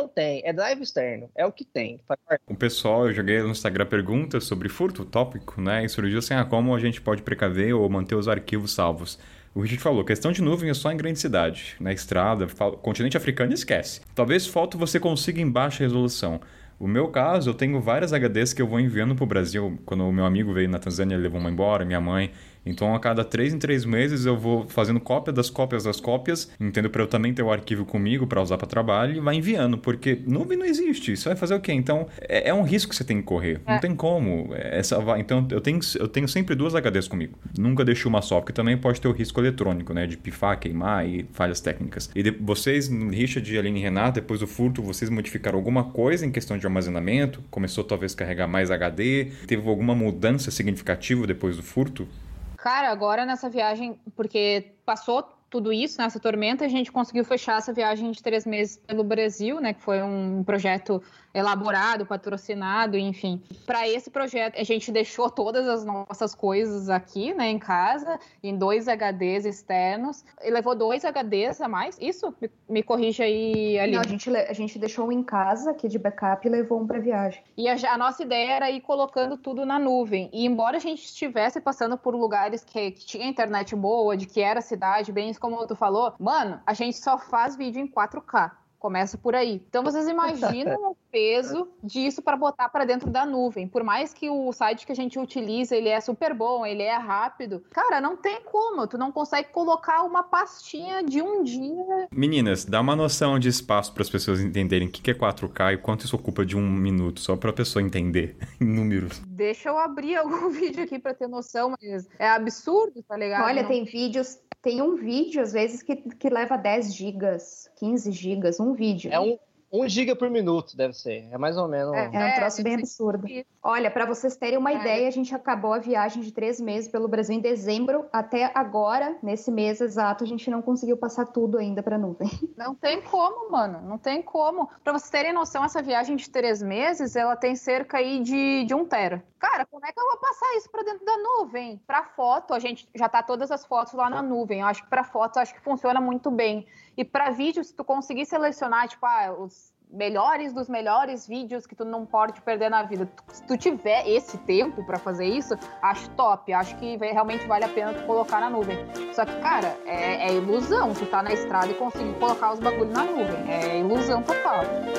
é drive externo, é o que tem. O pessoal, eu joguei no Instagram perguntas sobre furto, tópico, né, e surgiu assim, como a gente pode precaver ou manter os arquivos salvos. O Richard falou, questão de nuvem é só em grande cidade, na estrada, continente africano, esquece. Talvez foto você consiga em baixa resolução. O meu caso, eu tenho várias HDs que eu vou enviando pro Brasil. Quando o meu amigo veio na Tanzânia, ele levou uma embora, minha mãe. Então, a cada 3 em 3 meses, eu vou fazendo cópia das cópias, entendo? Para eu também ter o arquivo comigo, para usar para trabalho, e vai enviando, porque nuvem não existe. Você vai fazer o quê? Então, é um risco que você tem que correr. Não tem como. Então, eu tenho sempre 2 HDs comigo. Nunca deixo uma só, porque também pode ter o risco eletrônico, né? De pifar, queimar e falhas técnicas. E vocês, Richard, Aline e Renato, depois do furto, vocês modificaram alguma coisa em questão de armazenamento? Começou talvez a carregar mais HD? Teve alguma mudança significativa depois do furto? Cara, agora nessa viagem, porque passou tudo isso, nessa tormenta, a gente conseguiu fechar essa viagem de 3 meses pelo Brasil, né? Que foi um projeto elaborado, patrocinado, enfim. Para esse projeto, a gente deixou todas as nossas coisas aqui, né, em casa, em 2 HDs externos, e levou 2 HDs a mais. Isso? Me corrija aí, Aline. Não, a gente deixou um em casa, aqui de backup, e levou um para viagem. E a nossa ideia era ir colocando tudo na nuvem. E embora a gente estivesse passando por lugares que tinha internet boa, de que era cidade, bem como tu falou, mano, a gente só faz vídeo em 4K. Começa por aí. Então, vocês imaginam o peso disso para botar para dentro da nuvem. Por mais que o site que a gente utiliza, ele é super bom, ele é rápido. Cara, não tem como. Tu não consegue colocar uma pastinha de um dia. Meninas, dá uma noção de espaço para as pessoas entenderem o que é 4K e quanto isso ocupa de 1 minuto, só para a pessoa entender em números. Deixa eu abrir algum vídeo aqui para ter noção, mas é absurdo, tá ligado? Olha, tem vídeos... Tem um vídeo, às vezes, que leva 10 gigas, 15 gigas, um vídeo. É 1 giga por minuto, deve ser. É mais ou menos. É um troço bem absurdo. Olha, para vocês terem uma ideia, a gente acabou a viagem de 3 meses pelo Brasil em dezembro. Até agora, nesse mês exato, a gente não conseguiu passar tudo ainda para nuvem. Não tem como, mano. Não tem como. Para vocês terem noção, essa viagem de 3 meses, ela tem cerca aí de 1 tera. Cara, como é que eu vou passar isso para dentro da nuvem? Para foto, a gente já tá todas as fotos lá na nuvem. Eu acho que para foto, acho que funciona muito bem. E para vídeo, se tu conseguir selecionar, tipo, os melhores dos melhores vídeos que tu não pode perder na vida. Se tu tiver esse tempo pra fazer isso, acho top. Acho que realmente vale a pena tu colocar na nuvem. Só que, cara, é ilusão tu tá na estrada e conseguir colocar os bagulhos na nuvem. É ilusão total.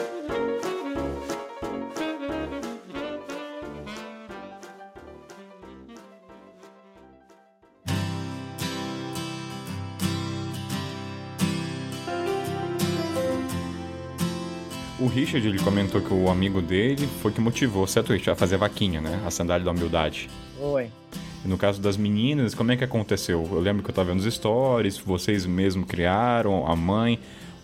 O Richard, ele comentou que o amigo dele foi que motivou, certo, Richard, a fazer vaquinha, né? A sandália da humildade. Oi. E no caso das meninas, como é que aconteceu? Eu lembro que eu tava vendo os stories, vocês mesmos criaram, a mãe,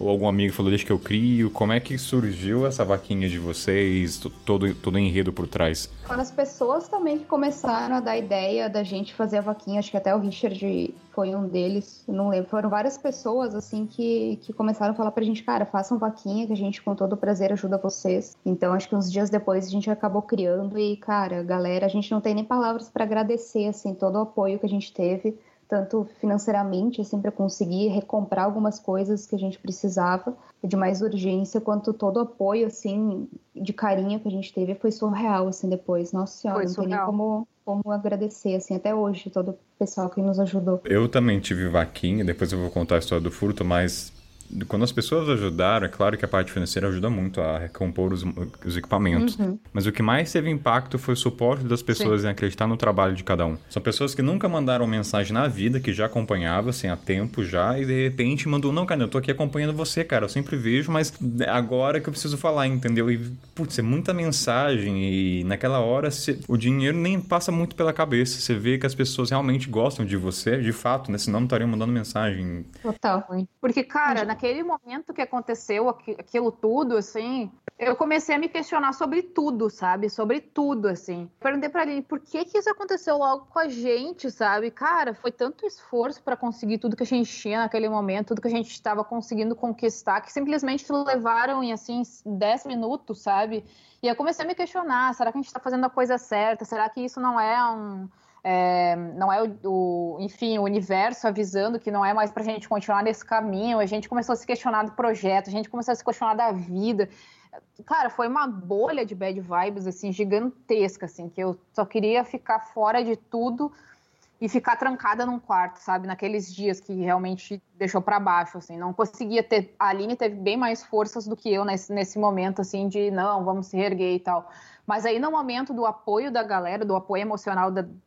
Ou algum amigo falou, deixa que eu crio? Como é que surgiu essa vaquinha de vocês, todo o enredo por trás? Foram as pessoas também que começaram a dar ideia da gente fazer a vaquinha, acho que até o Richard foi um deles, não lembro. Foram várias pessoas, assim, que começaram a falar pra gente, cara, façam vaquinha que a gente com todo prazer ajuda vocês. Então, acho que uns dias depois a gente acabou criando e, cara, galera, a gente não tem nem palavras pra agradecer, assim, todo o apoio que a gente teve, tanto financeiramente, assim, para conseguir recomprar algumas coisas que a gente precisava de mais urgência, quanto todo o apoio, assim, de carinho que a gente teve foi surreal, assim, depois. Nossa Senhora, não tem nem como agradecer, assim, até hoje, todo o pessoal que nos ajudou. Eu também tive vaquinha, depois eu vou contar a história do furto, mas quando as pessoas ajudaram, é claro que a parte financeira ajuda muito a recompor os equipamentos. Mas o que mais teve impacto foi o suporte das pessoas em acreditar no trabalho de cada um. São pessoas que nunca mandaram mensagem na vida, que já acompanhavam, assim, há tempo já, e de repente mandou, não, cara, eu tô aqui acompanhando você, cara, eu sempre vejo, mas agora que eu preciso falar, entendeu? E, putz, é muita mensagem e naquela hora o dinheiro nem passa muito pela cabeça. Você vê que as pessoas realmente gostam de você, de fato, né? Senão não estariam mandando mensagem. Total. Porque, cara, naquele momento que aconteceu aquilo tudo, assim, eu comecei a me questionar sobre tudo, sabe? Sobre tudo, assim. Perguntei pra ele, por que isso aconteceu logo com a gente, sabe? Cara, foi tanto esforço pra conseguir tudo que a gente tinha naquele momento, tudo que a gente estava conseguindo conquistar, que simplesmente levaram em, assim, 10 minutos, sabe? E eu comecei a me questionar, será que a gente tá fazendo a coisa certa? Será que isso não é enfim, o universo avisando que não é mais pra gente continuar nesse caminho? A gente começou a se questionar do projeto, a gente começou a se questionar da vida. Cara, foi uma bolha de bad vibes, assim, gigantesca, assim, que eu só queria ficar fora de tudo e ficar trancada num quarto, sabe? Naqueles dias que realmente deixou pra baixo, assim, não conseguia ter... A Aline teve bem mais forças do que eu nesse momento, assim, de não, vamos se reerguer e tal. Mas aí no momento do apoio da galera, do apoio emocional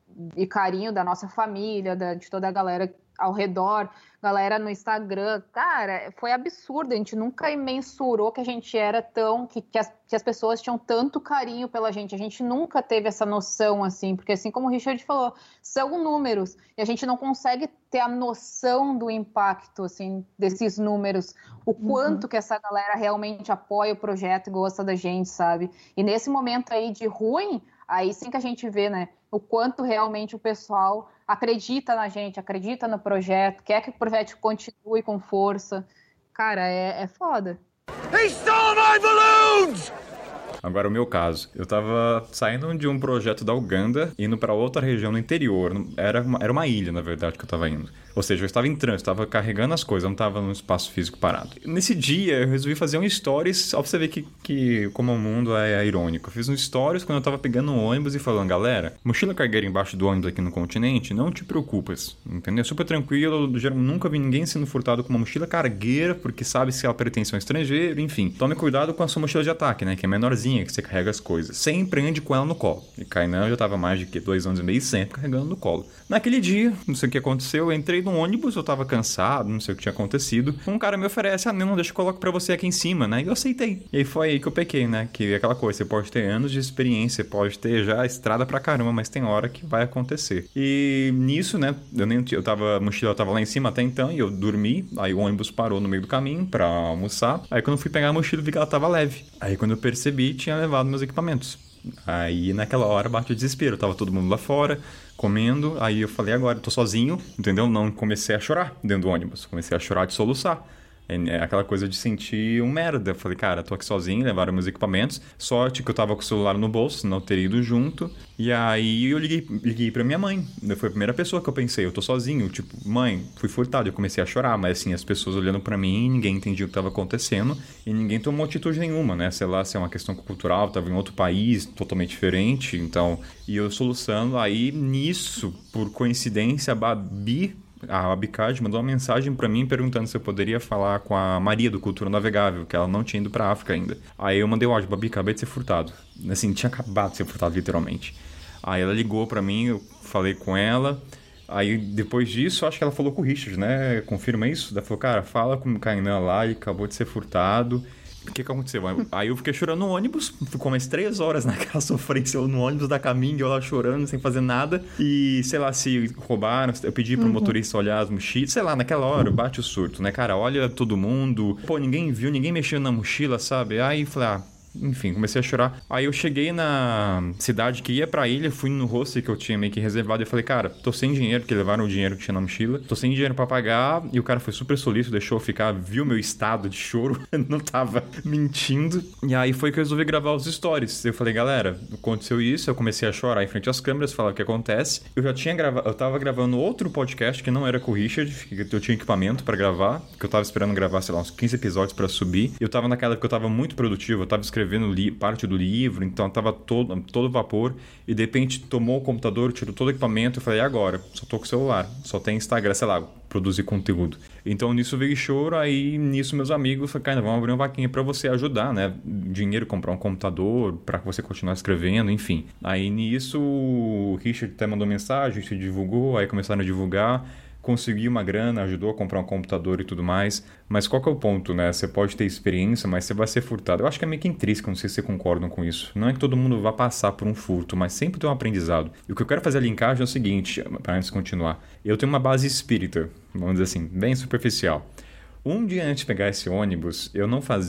e carinho da nossa família, de toda a galera ao redor, galera no Instagram, cara, foi absurdo, a gente nunca mensurou que a gente era tão, que as pessoas tinham tanto carinho pela gente, a gente nunca teve essa noção, assim, porque assim como o Richard falou, são números, e a gente não consegue ter a noção do impacto, assim, desses números, o quanto que essa galera realmente apoia o projeto e gosta da gente, sabe? E nesse momento aí de ruim, aí sim que a gente vê, né, o quanto realmente o pessoal acredita na gente, acredita no projeto, quer que o projeto continue com força. Cara, é foda. He stole my balloons! Agora, o meu caso. Eu tava saindo de um projeto da Uganda, indo pra outra região no interior. Era uma ilha, na verdade, que eu tava indo. Ou seja, eu estava em trânsito, estava carregando as coisas, eu não estava num espaço físico parado. Nesse dia, eu resolvi fazer um stories, só pra você ver que como o mundo é irônico. Eu fiz um stories quando eu tava pegando um ônibus e falando, galera, mochila cargueira embaixo do ônibus aqui no continente, não te preocupes, entendeu? Super tranquilo, eu nunca vi ninguém sendo furtado com uma mochila cargueira, porque sabe se ela pertence a um estrangeiro, enfim. Tome cuidado com a sua mochila de ataque, né, que é menorzinha, que você carrega as coisas. Sempre ande com ela no colo. E Kainan já tava mais de 2 anos e meio sempre carregando no colo. Naquele dia, não sei o que aconteceu, eu entrei no ônibus, eu tava cansado, não sei o que tinha acontecido. Um cara me oferece, não, deixa eu coloco pra você aqui em cima, né? E eu aceitei. E aí foi aí que eu pequei, né? Que é aquela coisa, você pode ter anos de experiência, pode ter já estrada pra caramba, mas tem hora que vai acontecer. E nisso, né? A mochila tava lá em cima até então, e eu dormi, aí o ônibus parou no meio do caminho pra almoçar. Aí quando eu fui pegar a mochila, vi que ela tava leve. Aí quando eu percebi, tinha levado meus equipamentos. Aí naquela hora bate o desespero, tava todo mundo lá fora, comendo, aí eu falei, agora eu tô sozinho, entendeu? Não comecei a chorar dentro do ônibus, comecei a chorar de soluçar. É aquela coisa de sentir um merda. Eu falei, cara, tô aqui sozinho, levaram meus equipamentos. Sorte que eu tava com o celular no bolso, senão eu teria ido junto. E aí eu liguei pra minha mãe. Foi a primeira pessoa que eu pensei, eu tô sozinho. Tipo, mãe, fui furtado. Eu comecei a chorar, mas assim, as pessoas olhando pra mim, ninguém entendia o que tava acontecendo. E ninguém tomou atitude nenhuma, né? Sei lá, se é uma questão cultural, tava em outro país, totalmente diferente. Então, e eu soluçando. Aí, nisso, por coincidência, a Abicard mandou uma mensagem pra mim perguntando se eu poderia falar com a Maria do Cultura Navegável, que ela não tinha ido pra África ainda. Aí eu mandei o áudio, Babi, acabei de ser furtado. Assim, tinha acabado de ser furtado, literalmente. Aí ela ligou pra mim, eu falei com ela. Aí depois disso, acho que ela falou com o Richard, né? Confirma isso? Ela falou, cara, fala com o Kainan lá, ele acabou de ser furtado. O que aconteceu? Aí eu fiquei chorando no ônibus, ficou umas 3 horas naquela sofrência, eu no ônibus da Caminho, eu lá chorando, sem fazer nada. E, sei lá, se roubaram, eu pedi pro motorista olhar as mochilas, sei lá, naquela hora bate o surto, né, cara? Olha todo mundo, pô, ninguém viu, ninguém mexeu na mochila, sabe? Aí falei, enfim, comecei a chorar. Aí eu cheguei na cidade que ia pra ilha, fui no hostel que eu tinha meio que reservado e falei, cara, tô sem dinheiro, porque levaram o dinheiro que tinha na mochila, tô sem dinheiro pra pagar, e o cara foi super solícito, deixou eu ficar, viu meu estado de choro, não tava mentindo, e aí foi que eu resolvi gravar os stories. Eu falei, galera, aconteceu isso, eu comecei a chorar em frente às câmeras, falar o que acontece. Eu já tinha gravado, eu tava gravando outro podcast que não era com o Richard, que eu tinha equipamento pra gravar, que eu tava esperando gravar, sei lá, uns 15 episódios pra subir. Eu tava naquela época que eu tava muito produtivo, eu tava escrevendo parte do livro, então tava todo vapor, e de repente tomou o computador, tirou todo o equipamento, eu falei, agora? Só tô com o celular, só tem Instagram, sei lá, produzir conteúdo. Então nisso veio choro, aí nisso meus amigos falaram, cara, vamos abrir uma vaquinha pra você ajudar, né? Dinheiro, comprar um computador, pra você continuar escrevendo, enfim. Aí nisso o Richard até mandou mensagem, a gente divulgou, aí começaram a divulgar, consegui uma grana, ajudou a comprar um computador e tudo mais. Mas qual que é o ponto, né? Você pode ter experiência, mas você vai ser furtado. Eu acho que é meio que intrínseco, não sei se vocês concordam com isso. Não é que todo mundo vá passar por um furto, mas sempre tem um aprendizado. E o que eu quero fazer a linkagem é o seguinte, para antes de continuar. Eu tenho uma base espírita, vamos dizer assim, bem superficial. Um dia antes de pegar esse ônibus, eu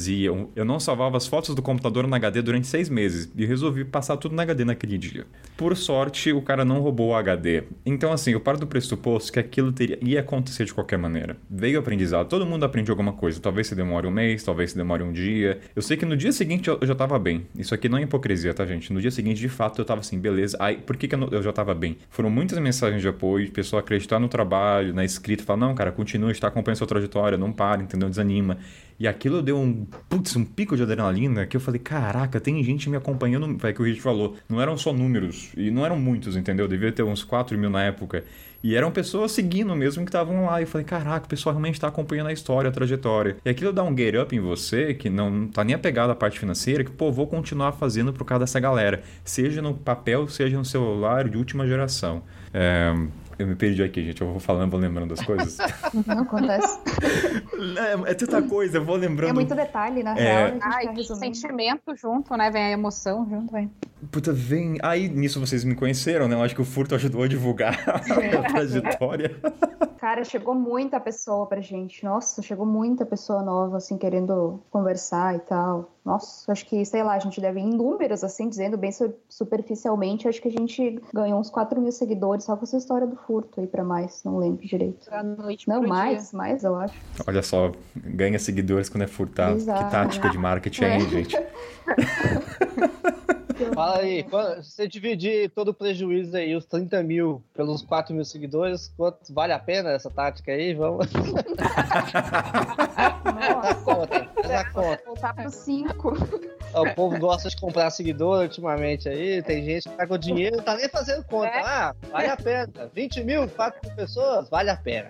não salvava as fotos do computador no HD durante 6 meses e resolvi passar tudo no HD naquele dia. Por sorte, o cara não roubou o HD. Então, assim, eu paro do pressuposto que aquilo ia acontecer de qualquer maneira. Veio o aprendizado, todo mundo aprende alguma coisa. Talvez se demore um mês, talvez se demore um dia. Eu sei que no dia seguinte eu já tava bem. Isso aqui não é hipocrisia, tá, gente? No dia seguinte, de fato, eu tava assim, beleza. Aí, por que eu já tava bem? Foram muitas mensagens de apoio, de pessoa acreditar no trabalho, na escrita, falar, não, cara, continua, está acompanhando sua trajetória, não para, entendeu? Desanima. E aquilo deu um pico de adrenalina que eu falei, caraca, tem gente me acompanhando. Foi o que o Richard falou. Não eram só números. E não eram muitos, entendeu? Devia ter uns 4 mil na época. E eram pessoas seguindo mesmo que estavam lá. E eu falei, caraca, o pessoal realmente está acompanhando a história, a trajetória. E aquilo dá um get up em você, que não tá nem apegado à parte financeira, que, pô, vou continuar fazendo por causa dessa galera. Seja no papel, seja no celular de última geração. Eu me perdi aqui, gente. Eu vou falando, vou lembrando das coisas. Não acontece. É tanta coisa, eu vou lembrando. É muito detalhe, na real. E tem sentimento junto, né? Vem a emoção junto, vem. Puta, vem. Aí nisso vocês me conheceram, né? Eu acho que o furto ajudou a divulgar a trajetória. Cara, chegou muita pessoa pra gente. Nossa, chegou muita pessoa nova, assim, querendo conversar e tal. Nossa, acho que, sei lá, a gente deve ir em números, assim, dizendo bem superficialmente, acho que a gente ganhou uns 4 mil seguidores só com essa história do furto aí pra mais, não lembro direito. Pra noite não, mais, eu acho. Olha só, ganha seguidores quando é furtado. Exato. Que tática de marketing aí, gente. Fala aí, se você dividir todo o prejuízo aí, os 30 mil pelos 4 mil seguidores, quanto vale a pena essa tática aí? Vamos. Nossa, essa conta. Voltar pro 5. O povo gosta de comprar seguidor ultimamente aí, tem gente que tá com dinheiro, não tá nem fazendo conta. Vale a pena. 20 mil, 4 mil pessoas, vale a pena.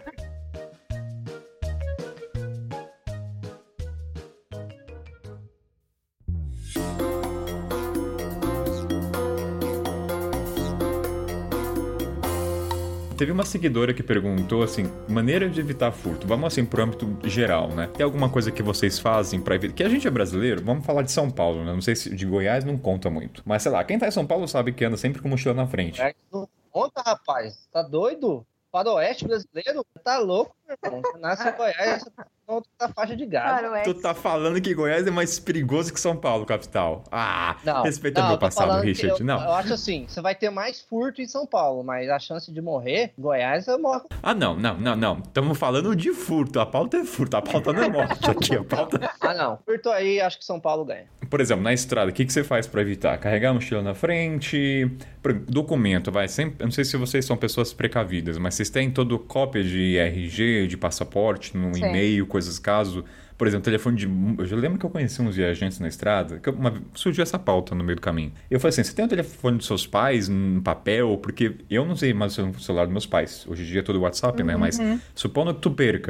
Teve uma seguidora que perguntou, assim, maneira de evitar furto. Vamos, assim, pro âmbito geral, né? Tem alguma coisa que vocês fazem pra evitar? Que a gente é brasileiro, vamos falar de São Paulo, né? Não sei se de Goiás não conta muito. Mas, sei lá, quem tá em São Paulo sabe que anda sempre com mochila na frente. Não conta, rapaz. Tá doido? Faroeste brasileiro? Tá louco, meu irmão. Você nasce em Goiás, você tá na faixa de gado. Tu tá falando que Goiás é mais perigoso que São Paulo, capital. Não, respeita meu passado, Richard. Eu acho assim, você vai ter mais furto em São Paulo, mas a chance de morrer, Goiás, eu morro. Não. Estamos falando de furto. A pauta é furto, a pauta não é morte aqui. A pauta... não. Furto aí, acho que São Paulo ganha. Por exemplo, na estrada, o que você faz pra evitar? Carregar a mochila na frente, documento, vai. Sempre, eu não sei se vocês são pessoas precavidas, mas vocês têm toda cópia de RG, de passaporte, no e-mail, coisas caso. Por exemplo, telefone de... Eu já lembro que eu conheci uns viajantes na estrada, que surgiu essa pauta no meio do caminho. Eu falei assim, você tem o telefone dos seus pais em papel? Porque eu não sei mais o celular dos meus pais. Hoje em dia é todo WhatsApp, né? Mas supondo que tu perca.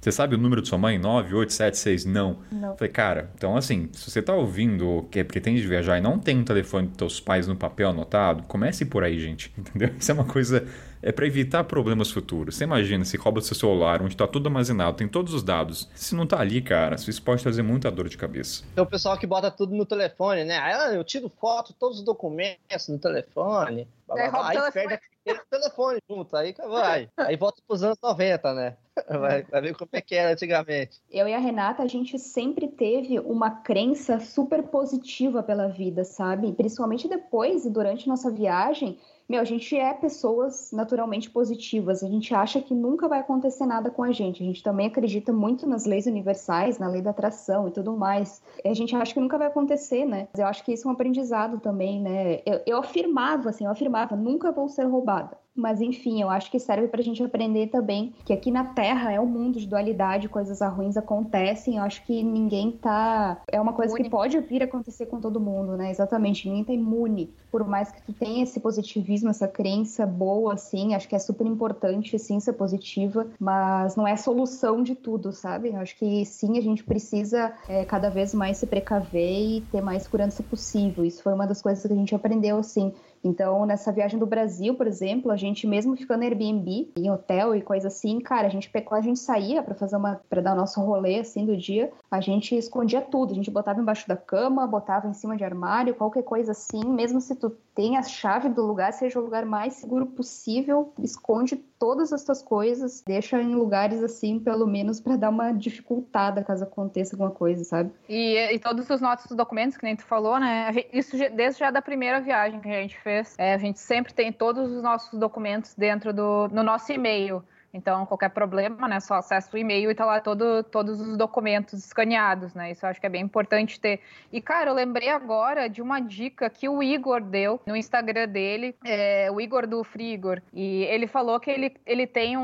Você sabe o número de sua mãe? 98766? Não. Falei, cara, então assim, se você tá ouvindo que pretende viajar e não tem um telefone dos teus pais no papel anotado, comece por aí, gente, entendeu? Isso é uma coisa, é para evitar problemas futuros. Você imagina, se rouba seu celular, onde tá tudo armazenado, tem todos os dados. Se não tá ali, cara, isso pode trazer muita dor de cabeça. Tem o pessoal que bota tudo no telefone, né? Aí eu tiro foto, todos os documentos no telefone. Aí perde o telefone junto, aí vai. Aí volta pros anos 90, né? Vai ver como é que era antigamente. Eu e a Renata, a gente sempre teve uma crença super positiva pela vida, sabe? Principalmente depois e durante nossa viagem, a gente é pessoas naturalmente positivas. A gente acha que nunca vai acontecer nada com a gente. A gente também acredita muito nas leis universais, na lei da atração e tudo mais. A gente acha que nunca vai acontecer, né? Mas eu acho que isso é um aprendizado também, né? Eu afirmava, nunca vou ser roubada. Mas, enfim, eu acho que serve pra gente aprender também que aqui na Terra é um mundo de dualidade, coisas ruins acontecem. Eu acho que ninguém tá... É uma coisa que pode vir a acontecer com todo mundo, né? Exatamente, ninguém tá imune. Por mais que tu tenha esse positivismo, essa crença boa, assim, acho que é super importante, sim, ser positiva, mas não é solução de tudo, sabe? Eu acho que, sim, a gente precisa cada vez mais se precaver e ter mais segurança possível. Isso foi uma das coisas que a gente aprendeu, assim. Então, nessa viagem do Brasil, por exemplo, a gente mesmo ficando em Airbnb, em hotel e coisa assim, cara, a gente saía pra dar o nosso rolê, assim, do dia, a gente escondia tudo, a gente botava embaixo da cama, botava em cima de armário, qualquer coisa assim, mesmo se tu tem a chave do lugar, seja o lugar mais seguro possível, esconde todas as tuas coisas, deixa em lugares assim, pelo menos pra dar uma dificultada caso aconteça alguma coisa, sabe? E todos os nossos documentos, que nem tu falou, né, isso desde já da primeira viagem que a gente fez, a gente sempre tem todos os nossos documentos dentro no nosso e-mail. Então, qualquer problema, né, só acessa o e-mail e tá lá todos os documentos escaneados, né? Isso eu acho que é bem importante ter. E, cara, eu lembrei agora de uma dica que o Igor deu no Instagram dele, o Igor do Free Igor. E ele falou que ele tem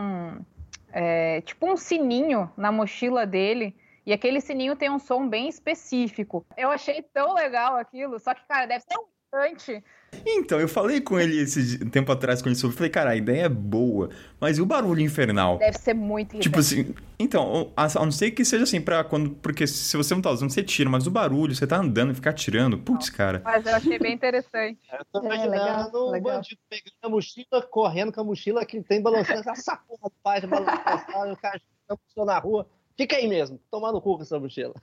tipo um sininho na mochila dele, e aquele sininho tem um som bem específico. Eu achei tão legal aquilo, só que, cara, deve ser um irritante. Então, eu falei com ele esse tempo atrás, quando ele soube, falei, cara, a ideia é boa, mas e o barulho infernal? Deve ser muito irritante. Tipo assim, então, a não ser que seja assim, porque se você não tá usando, você tira, mas o barulho, você tá andando e ficar tirando, putz, cara. Mas eu achei bem interessante. Eu tô imaginando o bandido pegando a mochila, correndo com a mochila que tem balançando, essa porra faz balançando, o cara não na rua, fica aí mesmo, tomando cu com essa mochila.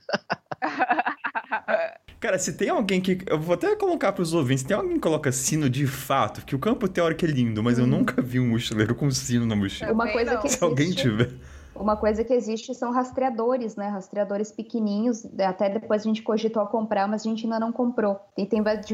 Cara, se tem alguém que... Eu vou até colocar pros ouvintes. Se tem alguém que coloca sino de fato, que o campo teórico é lindo, mas eu nunca vi um mochileiro com sino na mochila. Uma coisa que se alguém tiver... Uma coisa que existe são rastreadores, né? Rastreadores pequenininhos. Até depois a gente cogitou a comprar, mas a gente ainda não comprou. E tem de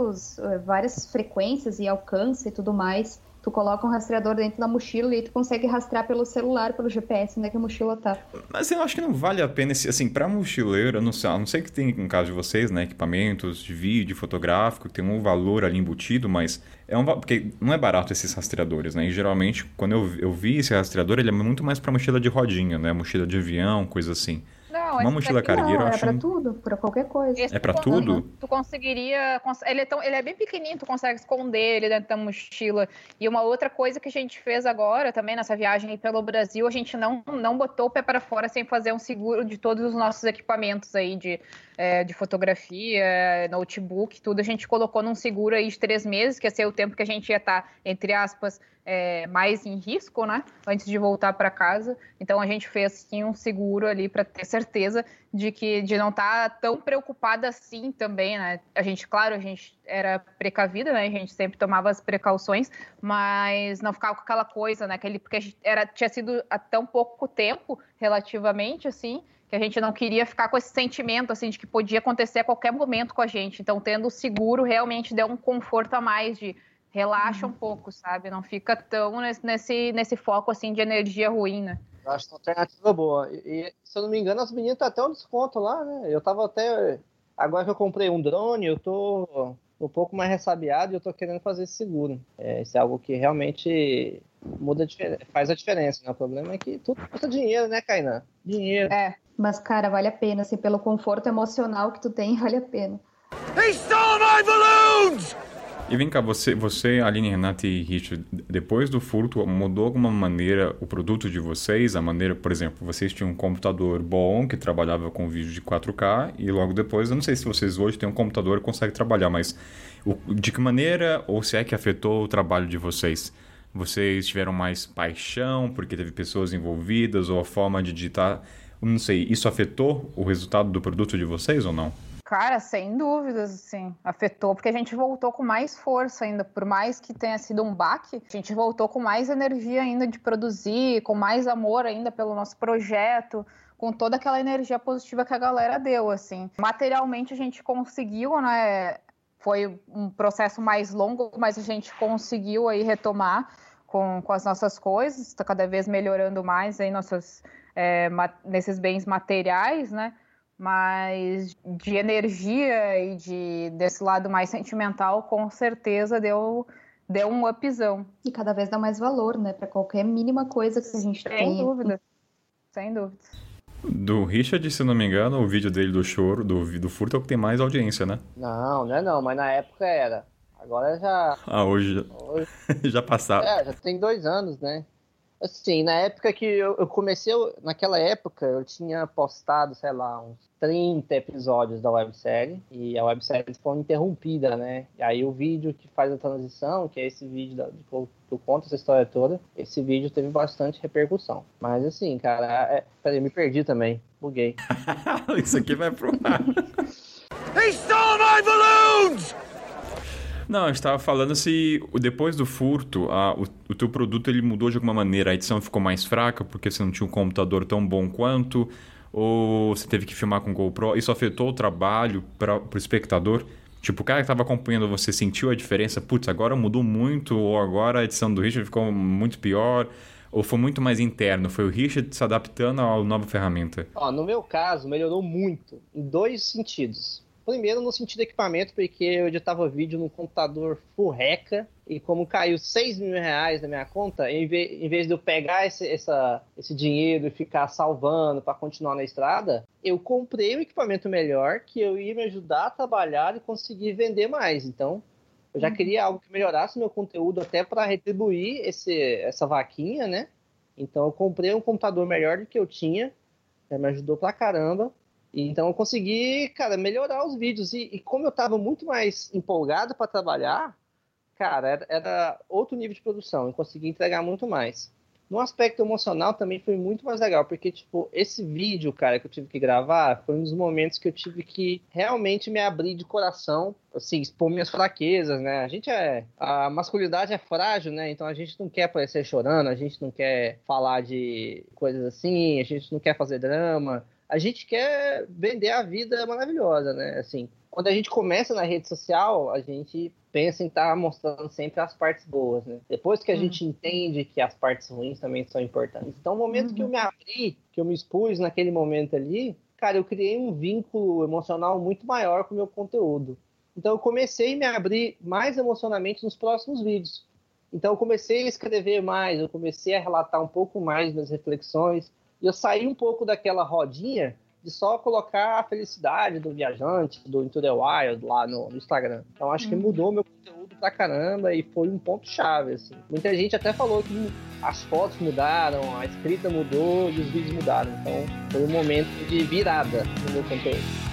várias frequências e alcance e tudo mais. Tu coloca um rastreador dentro da mochila e tu consegue rastrear pelo celular, pelo GPS, onde é que a mochila tá. Mas eu acho que não vale a pena, assim, pra mochileiro, a não ser que tem, no caso de vocês, né, equipamentos de vídeo, fotográfico, tem um valor ali embutido, mas porque não é barato esses rastreadores, né, e geralmente, quando eu vi esse rastreador, ele é muito mais pra mochila de rodinha, né, mochila de avião, coisa assim. Não, uma mochila cargueira, eu acho... pra tudo, pra qualquer coisa. É pra tudo? Tu conseguiria... Ele é bem pequenininho, tu consegue esconder ele dentro da mochila. E uma outra coisa que a gente fez agora, também nessa viagem aí pelo Brasil, a gente não botou o pé para fora sem fazer um seguro de todos os nossos equipamentos aí de fotografia, notebook, tudo. A gente colocou num seguro aí de 3 meses, que ia ser o tempo que a gente ia estar, entre aspas, mais em risco, né? Antes de voltar para casa. Então a gente fez sim um seguro ali para ter certeza de não estar tão preocupada assim também, né? A gente era precavida, né? A gente sempre tomava as precauções, mas não ficava com aquela coisa, né? Porque tinha sido há tão pouco tempo, relativamente, assim, que a gente não queria ficar com esse sentimento, assim, de que podia acontecer a qualquer momento com a gente. Então, tendo o seguro realmente deu um conforto a mais de relaxa um pouco, sabe? Não fica tão nesse foco, assim, de energia ruim, né? Eu acho uma alternativa boa. E, se eu não me engano, as meninas tá até um desconto lá, né? Eu tava até... Agora que eu comprei um drone, eu tô um pouco mais ressabiado e eu tô querendo fazer esse seguro. Isso é algo que realmente faz a diferença, né? O problema é que tudo custa dinheiro, né, Kainan? Dinheiro. Mas, cara, vale a pena, assim, pelo conforto emocional que tu tem, vale a pena. They stole my balloons! E vem cá, Aline, Renata e Richard, depois do furto, mudou alguma maneira o produto de vocês? A maneira, por exemplo, vocês tinham um computador bom que trabalhava com vídeo de 4K e logo depois, eu não sei se vocês hoje têm um computador que consegue trabalhar, mas de que maneira ou se é que afetou o trabalho de vocês? Vocês tiveram mais paixão porque teve pessoas envolvidas ou a forma de digitar? Não sei, isso afetou o resultado do produto de vocês ou não? Cara, sem dúvidas, assim, afetou, porque a gente voltou com mais força ainda, por mais que tenha sido um baque, a gente voltou com mais energia ainda de produzir, com mais amor ainda pelo nosso projeto, com toda aquela energia positiva que a galera deu, assim. Materialmente a gente conseguiu, né, foi um processo mais longo, mas a gente conseguiu aí retomar com as nossas coisas, está cada vez melhorando mais aí nesses bens materiais, né? Mas de energia e desse lado mais sentimental, com certeza deu um upzão. E cada vez dá mais valor, né? Para qualquer mínima coisa que a gente tenha. Sem dúvida. Sem dúvida. Do Richard, se não me engano, o vídeo dele do choro, do furto, é o que tem mais audiência, né? Não é não, mas na época era. Agora já... Hoje já passaram. Já tem 2 anos, né? Assim, na época que eu comecei, naquela época eu tinha postado, sei lá, uns 30 episódios da websérie, e a websérie foi interrompida, né? E aí o vídeo que faz a transição, que é esse vídeo que eu conto essa história toda, esse vídeo teve bastante repercussão. Mas assim, cara, peraí, me perdi também, buguei. Isso aqui vai pro ar. He stole my balloons! Não, eu estava falando se depois do furto, o teu produto ele mudou de alguma maneira, a edição ficou mais fraca porque você não tinha um computador tão bom quanto, ou você teve que filmar com GoPro, isso afetou o trabalho para o espectador? Tipo, o cara que estava acompanhando você sentiu a diferença? Putz, agora mudou muito, ou agora a edição do Richard ficou muito pior, ou foi muito mais interno? Foi o Richard se adaptando à nova ferramenta? No meu caso, melhorou muito, em 2 sentidos. Primeiro, no sentido de equipamento, porque eu editava vídeo num computador furreca, e como caiu R$6.000 na minha conta, em vez de eu pegar esse dinheiro e ficar salvando para continuar na estrada, eu comprei um equipamento melhor, que eu ia me ajudar a trabalhar e conseguir vender mais. Então, eu já queria algo que melhorasse meu conteúdo até para retribuir essa vaquinha, né? Então, eu comprei um computador melhor do que eu tinha, já me ajudou pra caramba. Então eu consegui, cara, melhorar os vídeos. E como eu estava muito mais empolgado para trabalhar, cara, era outro nível de produção. Eu consegui entregar muito mais. No aspecto emocional também foi muito mais legal, porque, tipo, esse vídeo, cara, que eu tive que gravar, foi um dos momentos que eu tive que realmente me abrir de coração, assim, expor minhas fraquezas, né? A masculinidade é frágil, né? Então a gente não quer aparecer chorando, a gente não quer falar de coisas assim, a gente não quer fazer drama. A gente quer vender a vida maravilhosa, né? Assim, quando a gente começa na rede social, a gente pensa em estar mostrando sempre as partes boas, né? Depois que a gente entende que as partes ruins também são importantes. Então, o momento que eu me abri, que eu me expus naquele momento ali, cara, eu criei um vínculo emocional muito maior com o meu conteúdo. Então, eu comecei a me abrir mais emocionalmente nos próximos vídeos. Então, eu comecei a escrever mais, eu comecei a relatar um pouco mais das reflexões. E eu saí um pouco daquela rodinha de só colocar a felicidade do viajante, do Into the Wild lá no Instagram. Então acho que mudou meu conteúdo pra caramba e foi um ponto-chave, assim. Muita gente até falou que as fotos mudaram, a escrita mudou e os vídeos mudaram. Então foi um momento de virada no meu conteúdo.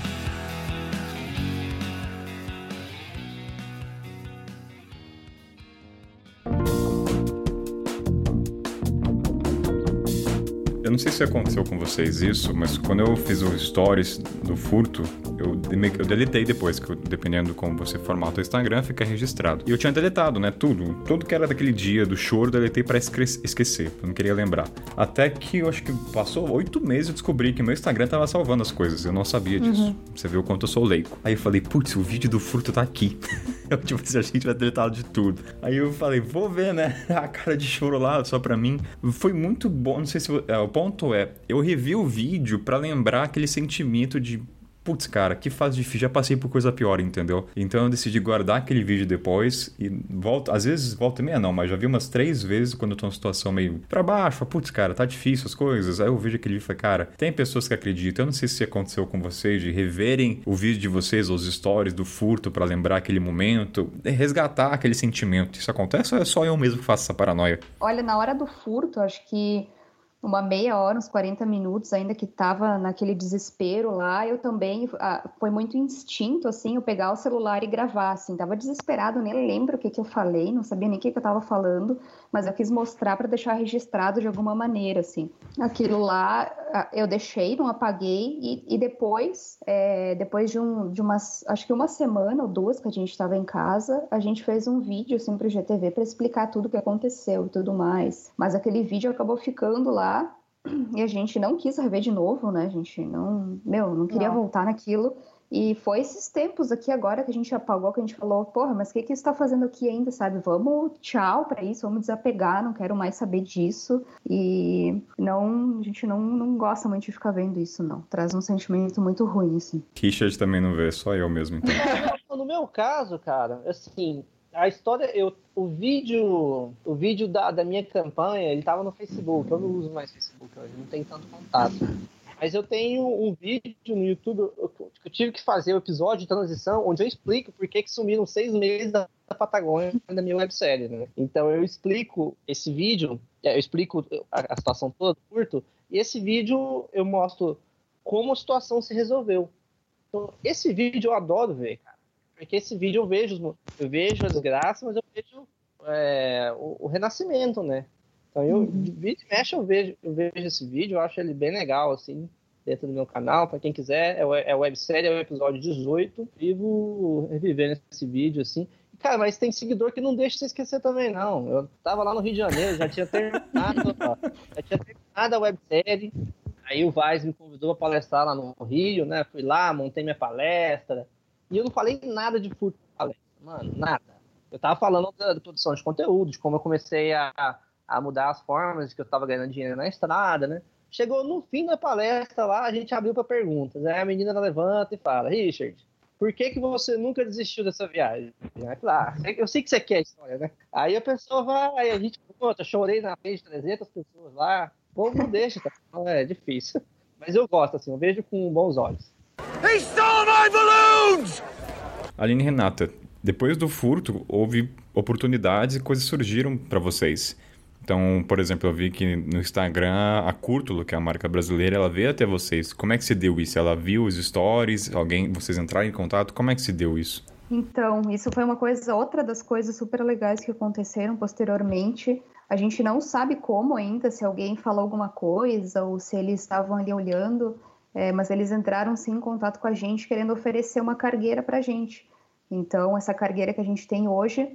Eu não sei se aconteceu com vocês isso, mas quando eu fiz os stories do furto, eu deletei depois, que dependendo de como você formata o Instagram, fica registrado. E eu tinha deletado, né, tudo que era daquele dia do choro, deletei pra esquecer, eu não queria lembrar. Até que eu acho que passou 8 meses eu descobri que meu Instagram tava salvando as coisas, eu não sabia disso. Você vê o quanto eu sou leigo. Aí eu falei, putz, o vídeo do furto tá aqui. Eu, tipo, se a gente vai deletado de tudo. Aí eu falei, vou ver, né, a cara de choro lá, só pra mim. Foi muito bom, não sei se... o ponto é, eu revi o vídeo pra lembrar aquele sentimento de putz, cara, que fase difícil, já passei por coisa pior, entendeu? Então eu decidi guardar aquele vídeo depois e volto, às vezes volta e meia não, mas já vi umas 3 vezes quando eu tô numa situação meio pra baixo, putz, cara, tá difícil as coisas. Aí eu vejo aquele vídeo e falo, cara, tem pessoas que acreditam, eu não sei se aconteceu com vocês, de reverem o vídeo de vocês, os stories do furto pra lembrar aquele momento, resgatar aquele sentimento. Isso acontece ou é só eu mesmo que faço essa paranoia? Olha, na hora do furto, acho que uma meia hora, uns 40 minutos, ainda que tava naquele desespero lá, eu também, foi muito instinto, assim, eu pegar o celular e gravar, assim, tava desesperado, nem lembro o que eu falei, não sabia nem o que eu tava falando, mas eu quis mostrar para deixar registrado de alguma maneira, assim. Aquilo lá, eu deixei, não apaguei, e depois de umas, acho que uma semana ou 2 que a gente tava em casa, a gente fez um vídeo, assim, pro GTV para explicar tudo o que aconteceu e tudo mais, mas aquele vídeo acabou ficando lá. E a gente não quis rever de novo, né? A gente não queria voltar naquilo. E foi esses tempos aqui agora que a gente apagou, que a gente falou, porra, mas o que você tá fazendo aqui ainda, sabe? Vamos, tchau pra isso, vamos desapegar, não quero mais saber disso. E a gente não gosta muito de ficar vendo isso, não. Traz um sentimento muito ruim, assim. Richard também não vê, só eu mesmo, então. No meu caso, cara, assim, a história, o vídeo da minha campanha, ele tava no Facebook. Eu não uso mais Facebook hoje, não tenho tanto contato. Mas eu tenho um vídeo no YouTube que eu tive que fazer o episódio de transição, onde eu explico por que sumiram 6 meses da Patagônia da minha websérie, né? Então eu explico esse vídeo, eu explico a situação toda, curto, e esse vídeo eu mostro como a situação se resolveu. Então, esse vídeo eu adoro ver, cara. Porque esse vídeo eu vejo a desgraça, mas eu vejo o renascimento, né? Então, de vídeo e mexe, eu vejo esse vídeo, eu acho ele bem legal, assim, dentro do meu canal. Para quem quiser, é a websérie, é o episódio 18. Vivo revivendo esse vídeo, assim. E, cara, mas tem seguidor que não deixa você esquecer também, não. Eu tava lá no Rio de Janeiro, já tinha terminado a websérie. Aí o Vaz me convidou para palestrar lá no Rio, né? Fui lá, montei minha palestra. E eu não falei nada de furto na palestra, mano, nada. Eu tava falando da produção de conteúdo, de como eu comecei a mudar as formas, de que eu tava ganhando dinheiro na estrada, né? Chegou no fim da palestra lá, a gente abriu para perguntas. Aí a menina levanta e fala, Richard, por que você nunca desistiu dessa viagem? Eu sei que você quer a história, né? Aí a pessoa vai, a gente conta, chorei na frente de 300 pessoas lá. O povo não deixa, tá? É difícil. Mas eu gosto, assim, eu vejo com bons olhos. He stole my balloons! Aline e Renata, depois do furto, houve oportunidades e coisas surgiram para vocês. Então, por exemplo, eu vi que no Instagram a Curtulo, que é a marca brasileira, ela veio até vocês. Como é que se deu isso? Ela viu os stories? Vocês entraram em contato? Como é que se deu isso? Então, isso foi outra das coisas super legais que aconteceram posteriormente. A gente não sabe como ainda, se alguém falou alguma coisa ou se eles estavam ali olhando, mas eles entraram sim em contato com a gente querendo oferecer uma cargueira pra gente. Então, essa cargueira que a gente tem hoje,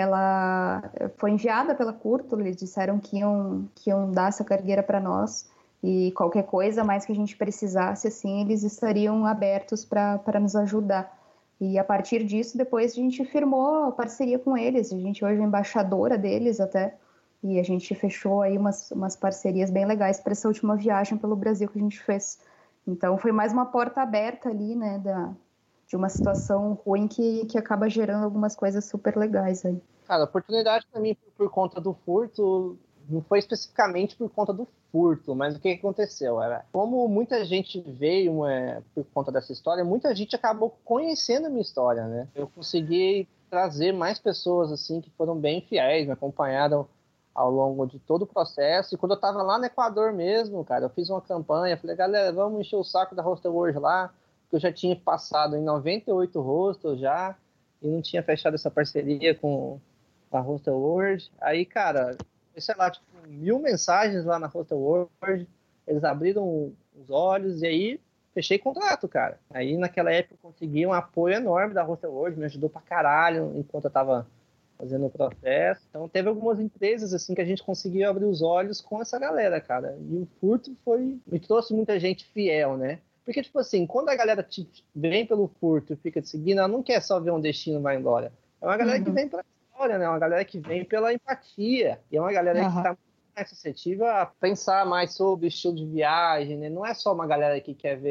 ela foi enviada pela Curtulo, eles disseram que iam dar essa cargueira para nós e qualquer coisa mais que a gente precisasse, assim, eles estariam abertos para nos ajudar. E a partir disso, depois a gente firmou a parceria com eles, a gente hoje é embaixadora deles até, e a gente fechou aí umas parcerias bem legais para essa última viagem pelo Brasil que a gente fez. Então foi mais uma porta aberta ali, né, de uma situação ruim que acaba gerando algumas coisas super legais aí. Cara, a oportunidade para mim por conta do furto não foi especificamente por conta do furto, mas o que aconteceu? Como muita gente veio por conta dessa história, muita gente acabou conhecendo a minha história, né? Eu consegui trazer mais pessoas, assim, que foram bem fiéis, me acompanharam ao longo de todo o processo. E quando eu tava lá no Equador mesmo, cara, eu fiz uma campanha, falei, galera, vamos encher o saco da Hostel World lá, que eu já tinha passado em 98 hostels já, e não tinha fechado essa parceria com a Hostel World. Aí, cara, sei lá, tipo, 1000 mensagens lá na Hostel World, eles abriram os olhos e aí fechei contrato, cara. Aí naquela época eu consegui um apoio enorme da Hostel World, me ajudou pra caralho enquanto eu tava fazendo o processo. Então teve algumas empresas assim que a gente conseguiu abrir os olhos com essa galera, cara. E o furto me trouxe muita gente fiel, né? Porque, tipo assim, quando a galera vem pelo furto e fica te seguindo, ela não quer só ver um destino e vai embora. É uma galera que vem pela história, né? É uma galera que vem pela empatia. E é uma galera que tá mais suscetível a pensar mais sobre o estilo de viagem, né? Não é só uma galera que quer ver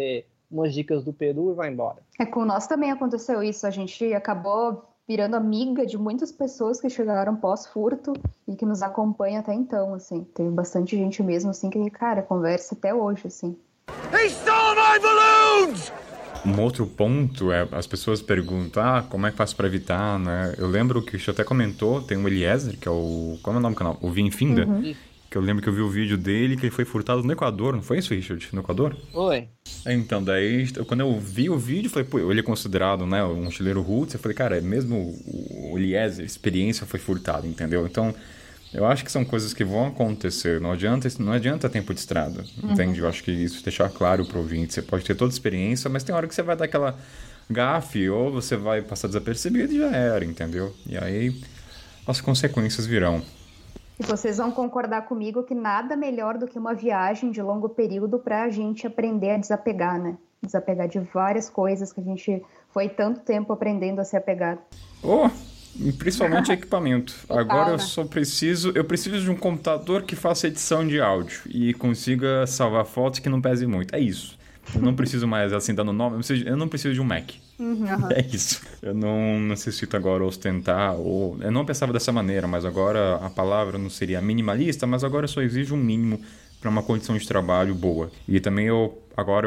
umas dicas do Peru e vai embora. Com nós também aconteceu isso, a gente acabou virando amiga de muitas pessoas que chegaram pós-furto e que nos acompanha até então, assim. Teve bastante gente mesmo, assim, que, cara, conversa até hoje, assim. He stole my balloons! Um outro ponto é, as pessoas perguntam, como é que faço para evitar, né? Eu lembro que o Xu até comentou, tem o Eliezer, que é o... Qual é o nome do canal? O Vinfinda. Que eu lembro que eu vi o vídeo dele, que ele foi furtado no Equador, não foi isso, Richard? No Equador? Foi. Então, daí, quando eu vi o vídeo, eu falei, pô, ele é considerado, né, um mochileiro roots, eu falei, cara, mesmo o Eliezer, experiência foi furtado, entendeu? Então, eu acho que são coisas que vão acontecer, não adianta tempo de estrada, entende? Eu acho que isso deixar claro pro ouvinte, você pode ter toda a experiência, mas tem hora que você vai dar aquela gafe, ou você vai passar desapercebido e já era, entendeu? E aí, as consequências virão. E vocês vão concordar comigo que nada melhor do que uma viagem de longo período para a gente aprender a desapegar, né? Desapegar de várias coisas que a gente foi tanto tempo aprendendo a se apegar. Principalmente equipamento. Agora eu preciso de um computador que faça edição de áudio e consiga salvar fotos que não pese muito. É isso. Eu não preciso mais, assim, dando nome, eu não preciso de um Mac. É isso. Eu não necessito agora ostentar, ou... Eu não pensava dessa maneira, mas agora a palavra não seria minimalista, mas agora eu só exijo um mínimo para uma condição de trabalho boa. E também eu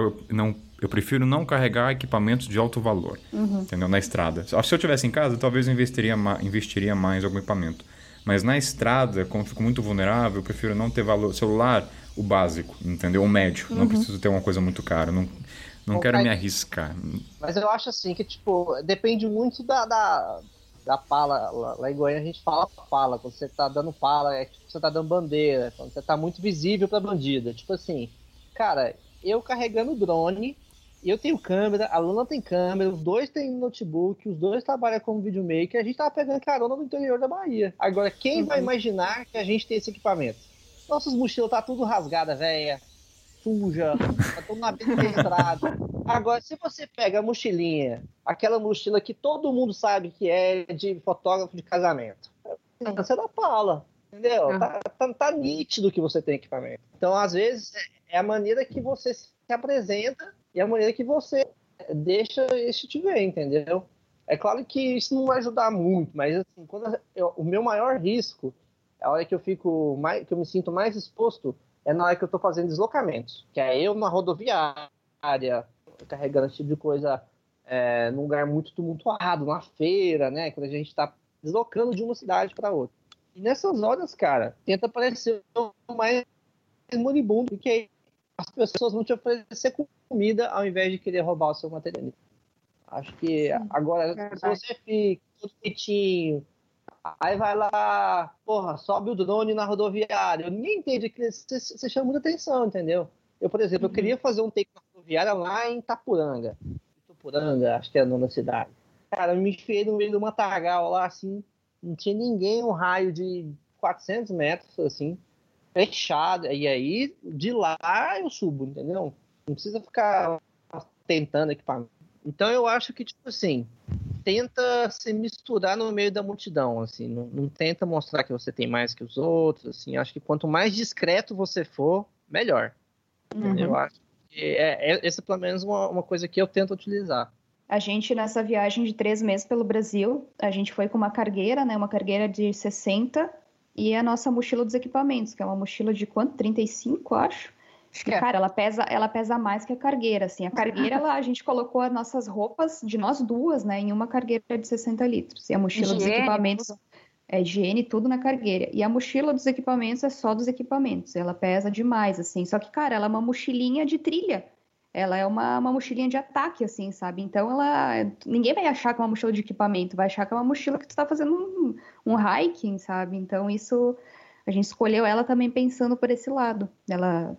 prefiro não carregar equipamentos de alto valor, entendeu? Na estrada. Se eu tivesse em casa, talvez eu investiria mais em algum equipamento. Mas na estrada, quando eu fico muito vulnerável, eu prefiro não ter valor. Celular, o básico, entendeu? O médio. Não preciso ter uma coisa muito cara. Não quero me arriscar. Mas eu acho assim que, tipo, depende muito da pala. Lá em Goiânia a gente fala pala. Quando você tá dando pala, é tipo você tá dando bandeira. Quando você tá muito visível pra bandida. Tipo assim, cara, eu carregando drone, eu tenho câmera, a Luna tem câmera, os dois têm notebook, os dois trabalham como videomaker, a gente tava pegando carona no interior da Bahia. Agora, quem vai imaginar que a gente tem esse equipamento? Nossas mochilas tá tudo rasgada, velha, suja, tá tudo na beira da estrada. Agora, se você pega a mochilinha, aquela mochila que todo mundo sabe que é de fotógrafo de casamento, você dá pala, entendeu? Tá nítido que você tem equipamento. Então, às vezes, é a maneira que você se apresenta e a maneira que você deixa esse te ver, entendeu? É claro que isso não vai ajudar muito, mas assim, o meu maior risco, a hora que que eu me sinto mais exposto, é na hora que eu tô fazendo deslocamentos, que é eu na rodoviária, carregando esse tipo de coisa num lugar muito tumultuado, numa feira, né? Quando a gente tá deslocando de uma cidade para outra. E nessas horas, cara, tenta parecer o mais moribundo, porque aí as pessoas vão te oferecer comida ao invés de querer roubar o seu material. Acho que agora, se você fica tudo bonitinho, aí vai lá, sobe o drone na rodoviária. Ninguém entende que você chama muita atenção, entendeu? Eu, por exemplo, eu queria fazer um take na rodoviária lá em Itapuranga. Acho que é a nona cidade. Cara, eu me enfiei no meio do matagal lá, assim, não tinha ninguém, um raio de 400 metros, assim, fechado. E aí, de lá eu subo, entendeu? Não precisa ficar tentando equipamento. Então eu acho que, tipo assim, tenta se misturar no meio da multidão, assim, não tenta mostrar que você tem mais que os outros, assim, acho que quanto mais discreto você for, melhor. Eu acho que essa é pelo menos uma coisa que eu tento utilizar. A gente, nessa viagem de 3 meses pelo Brasil, a gente foi com uma cargueira, né, uma cargueira de 60, e a nossa mochila dos equipamentos, que é uma mochila de quanto? 35, acho. Cara, ela pesa mais que a cargueira, assim. A cargueira, a gente colocou as nossas roupas de nós duas, né, em uma cargueira de 60 litros. E a mochila dos equipamentos é higiene, tudo na cargueira. E a mochila dos equipamentos é só dos equipamentos. Ela pesa demais, assim. Só que, cara, ela é uma mochilinha de trilha. Ela é uma mochilinha de ataque, assim, sabe? Então, ninguém vai achar que é uma mochila de equipamento, vai achar que é uma mochila que tu tá fazendo um hiking, sabe? Então, isso, a gente escolheu ela também pensando por esse lado. Ela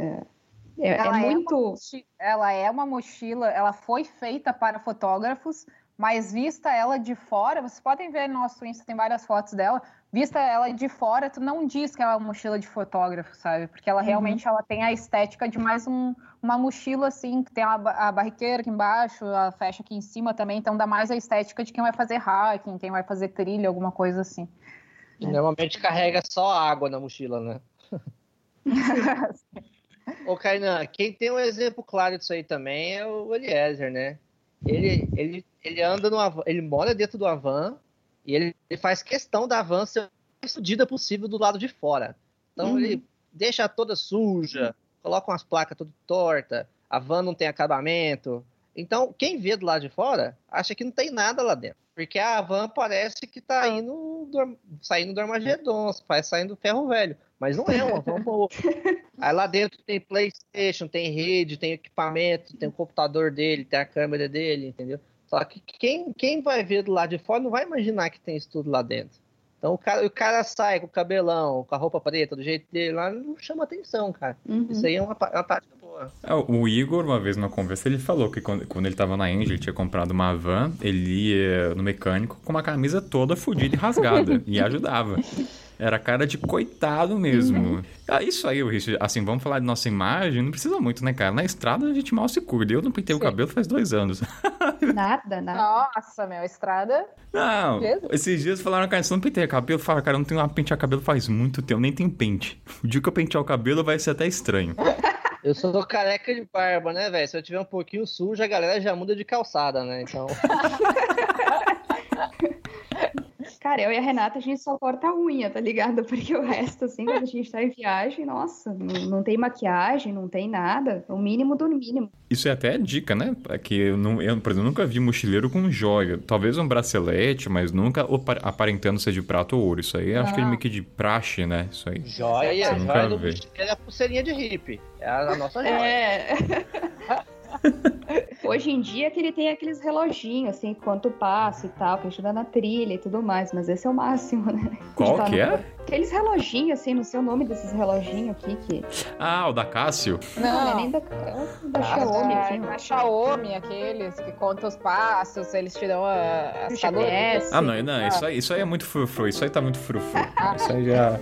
é uma mochila, ela foi feita para fotógrafos, mas vista ela de fora, vocês podem ver no nosso Insta, tem várias fotos dela, vista ela de fora, tu não diz que ela é uma mochila de fotógrafo, sabe? Porque ela realmente ela tem a estética de mais uma mochila, assim, que tem a barriqueira aqui embaixo, a fecha aqui em cima também, então dá mais a estética de quem vai fazer hiking, quem vai fazer trilha, alguma coisa assim. Normalmente carrega só água na mochila, né? Ô, Kainan, quem tem um exemplo claro disso aí também é o Eliezer, né? Ele anda no Havan, ele mora dentro do Havan e ele faz questão da van ser mais fodida possível do lado de fora. Então ele deixa toda suja, coloca umas placas toda torta, a van não tem acabamento. Então, quem vê do lado de fora acha que não tem nada lá dentro. Porque a van parece que tá saindo do Armagedon, saindo do ferro velho. Mas não é uma van boa. Aí lá dentro tem PlayStation, tem rede, tem equipamento, tem o computador dele, tem a câmera dele, entendeu? Só que quem vai ver do lado de fora não vai imaginar que tem isso tudo lá dentro. Então o cara sai com o cabelão, com a roupa preta, do jeito dele lá, não chama atenção, cara. Isso aí é uma tática boa. O Igor, uma vez numa conversa, ele falou que quando ele tava na Engie, ele tinha comprado uma van, ele ia no mecânico com uma camisa toda fodida e rasgada, e ajudava. Era cara de coitado mesmo. Isso aí, Richard, assim, vamos falar de nossa imagem, não precisa muito, né, cara? Na estrada a gente mal se cuida. Eu não pintei o cabelo faz 2 anos. Nada. Nossa, meu, estrada... Não, Jesus. esses dias falaram, cara, você não pentei o cabelo? Fala, cara, eu não tenho uma pentear cabelo faz muito tempo, nem tenho pente. O dia que eu pentear o cabelo vai ser até estranho. Eu sou careca de barba, né, velho? Se eu tiver um pouquinho sujo, a galera já muda de calçada, né? Então... Cara, eu e a Renata, a gente só corta a unha, tá ligado? Porque o resto, assim, quando a gente tá em viagem, nossa, não tem maquiagem, não tem nada. O mínimo do mínimo. Isso é até dica, né? Que eu, por exemplo, nunca vi mochileiro com joia. Talvez um bracelete, mas nunca aparentando ser de prata ou ouro. Isso aí acho que é meio que de praxe, né? Isso aí. Joia do mochileiro é a pulseirinha de hippie. É a nossa joia. Hoje em dia que ele tem aqueles reloginhos, assim, quanto passa e tal, que ajuda na trilha e tudo mais, mas esse é o máximo, né? Qual que é? Aqueles reloginhos, assim, não sei o nome desses reloginhos aqui que... Ah, o da Cássio? Não é nem da Xiaomi aqui. Da Xiaomi, aqueles que contam os passos, eles te dão as calorias. Ah, não, isso aí é muito frufru, isso aí tá muito frufru. Isso aí já...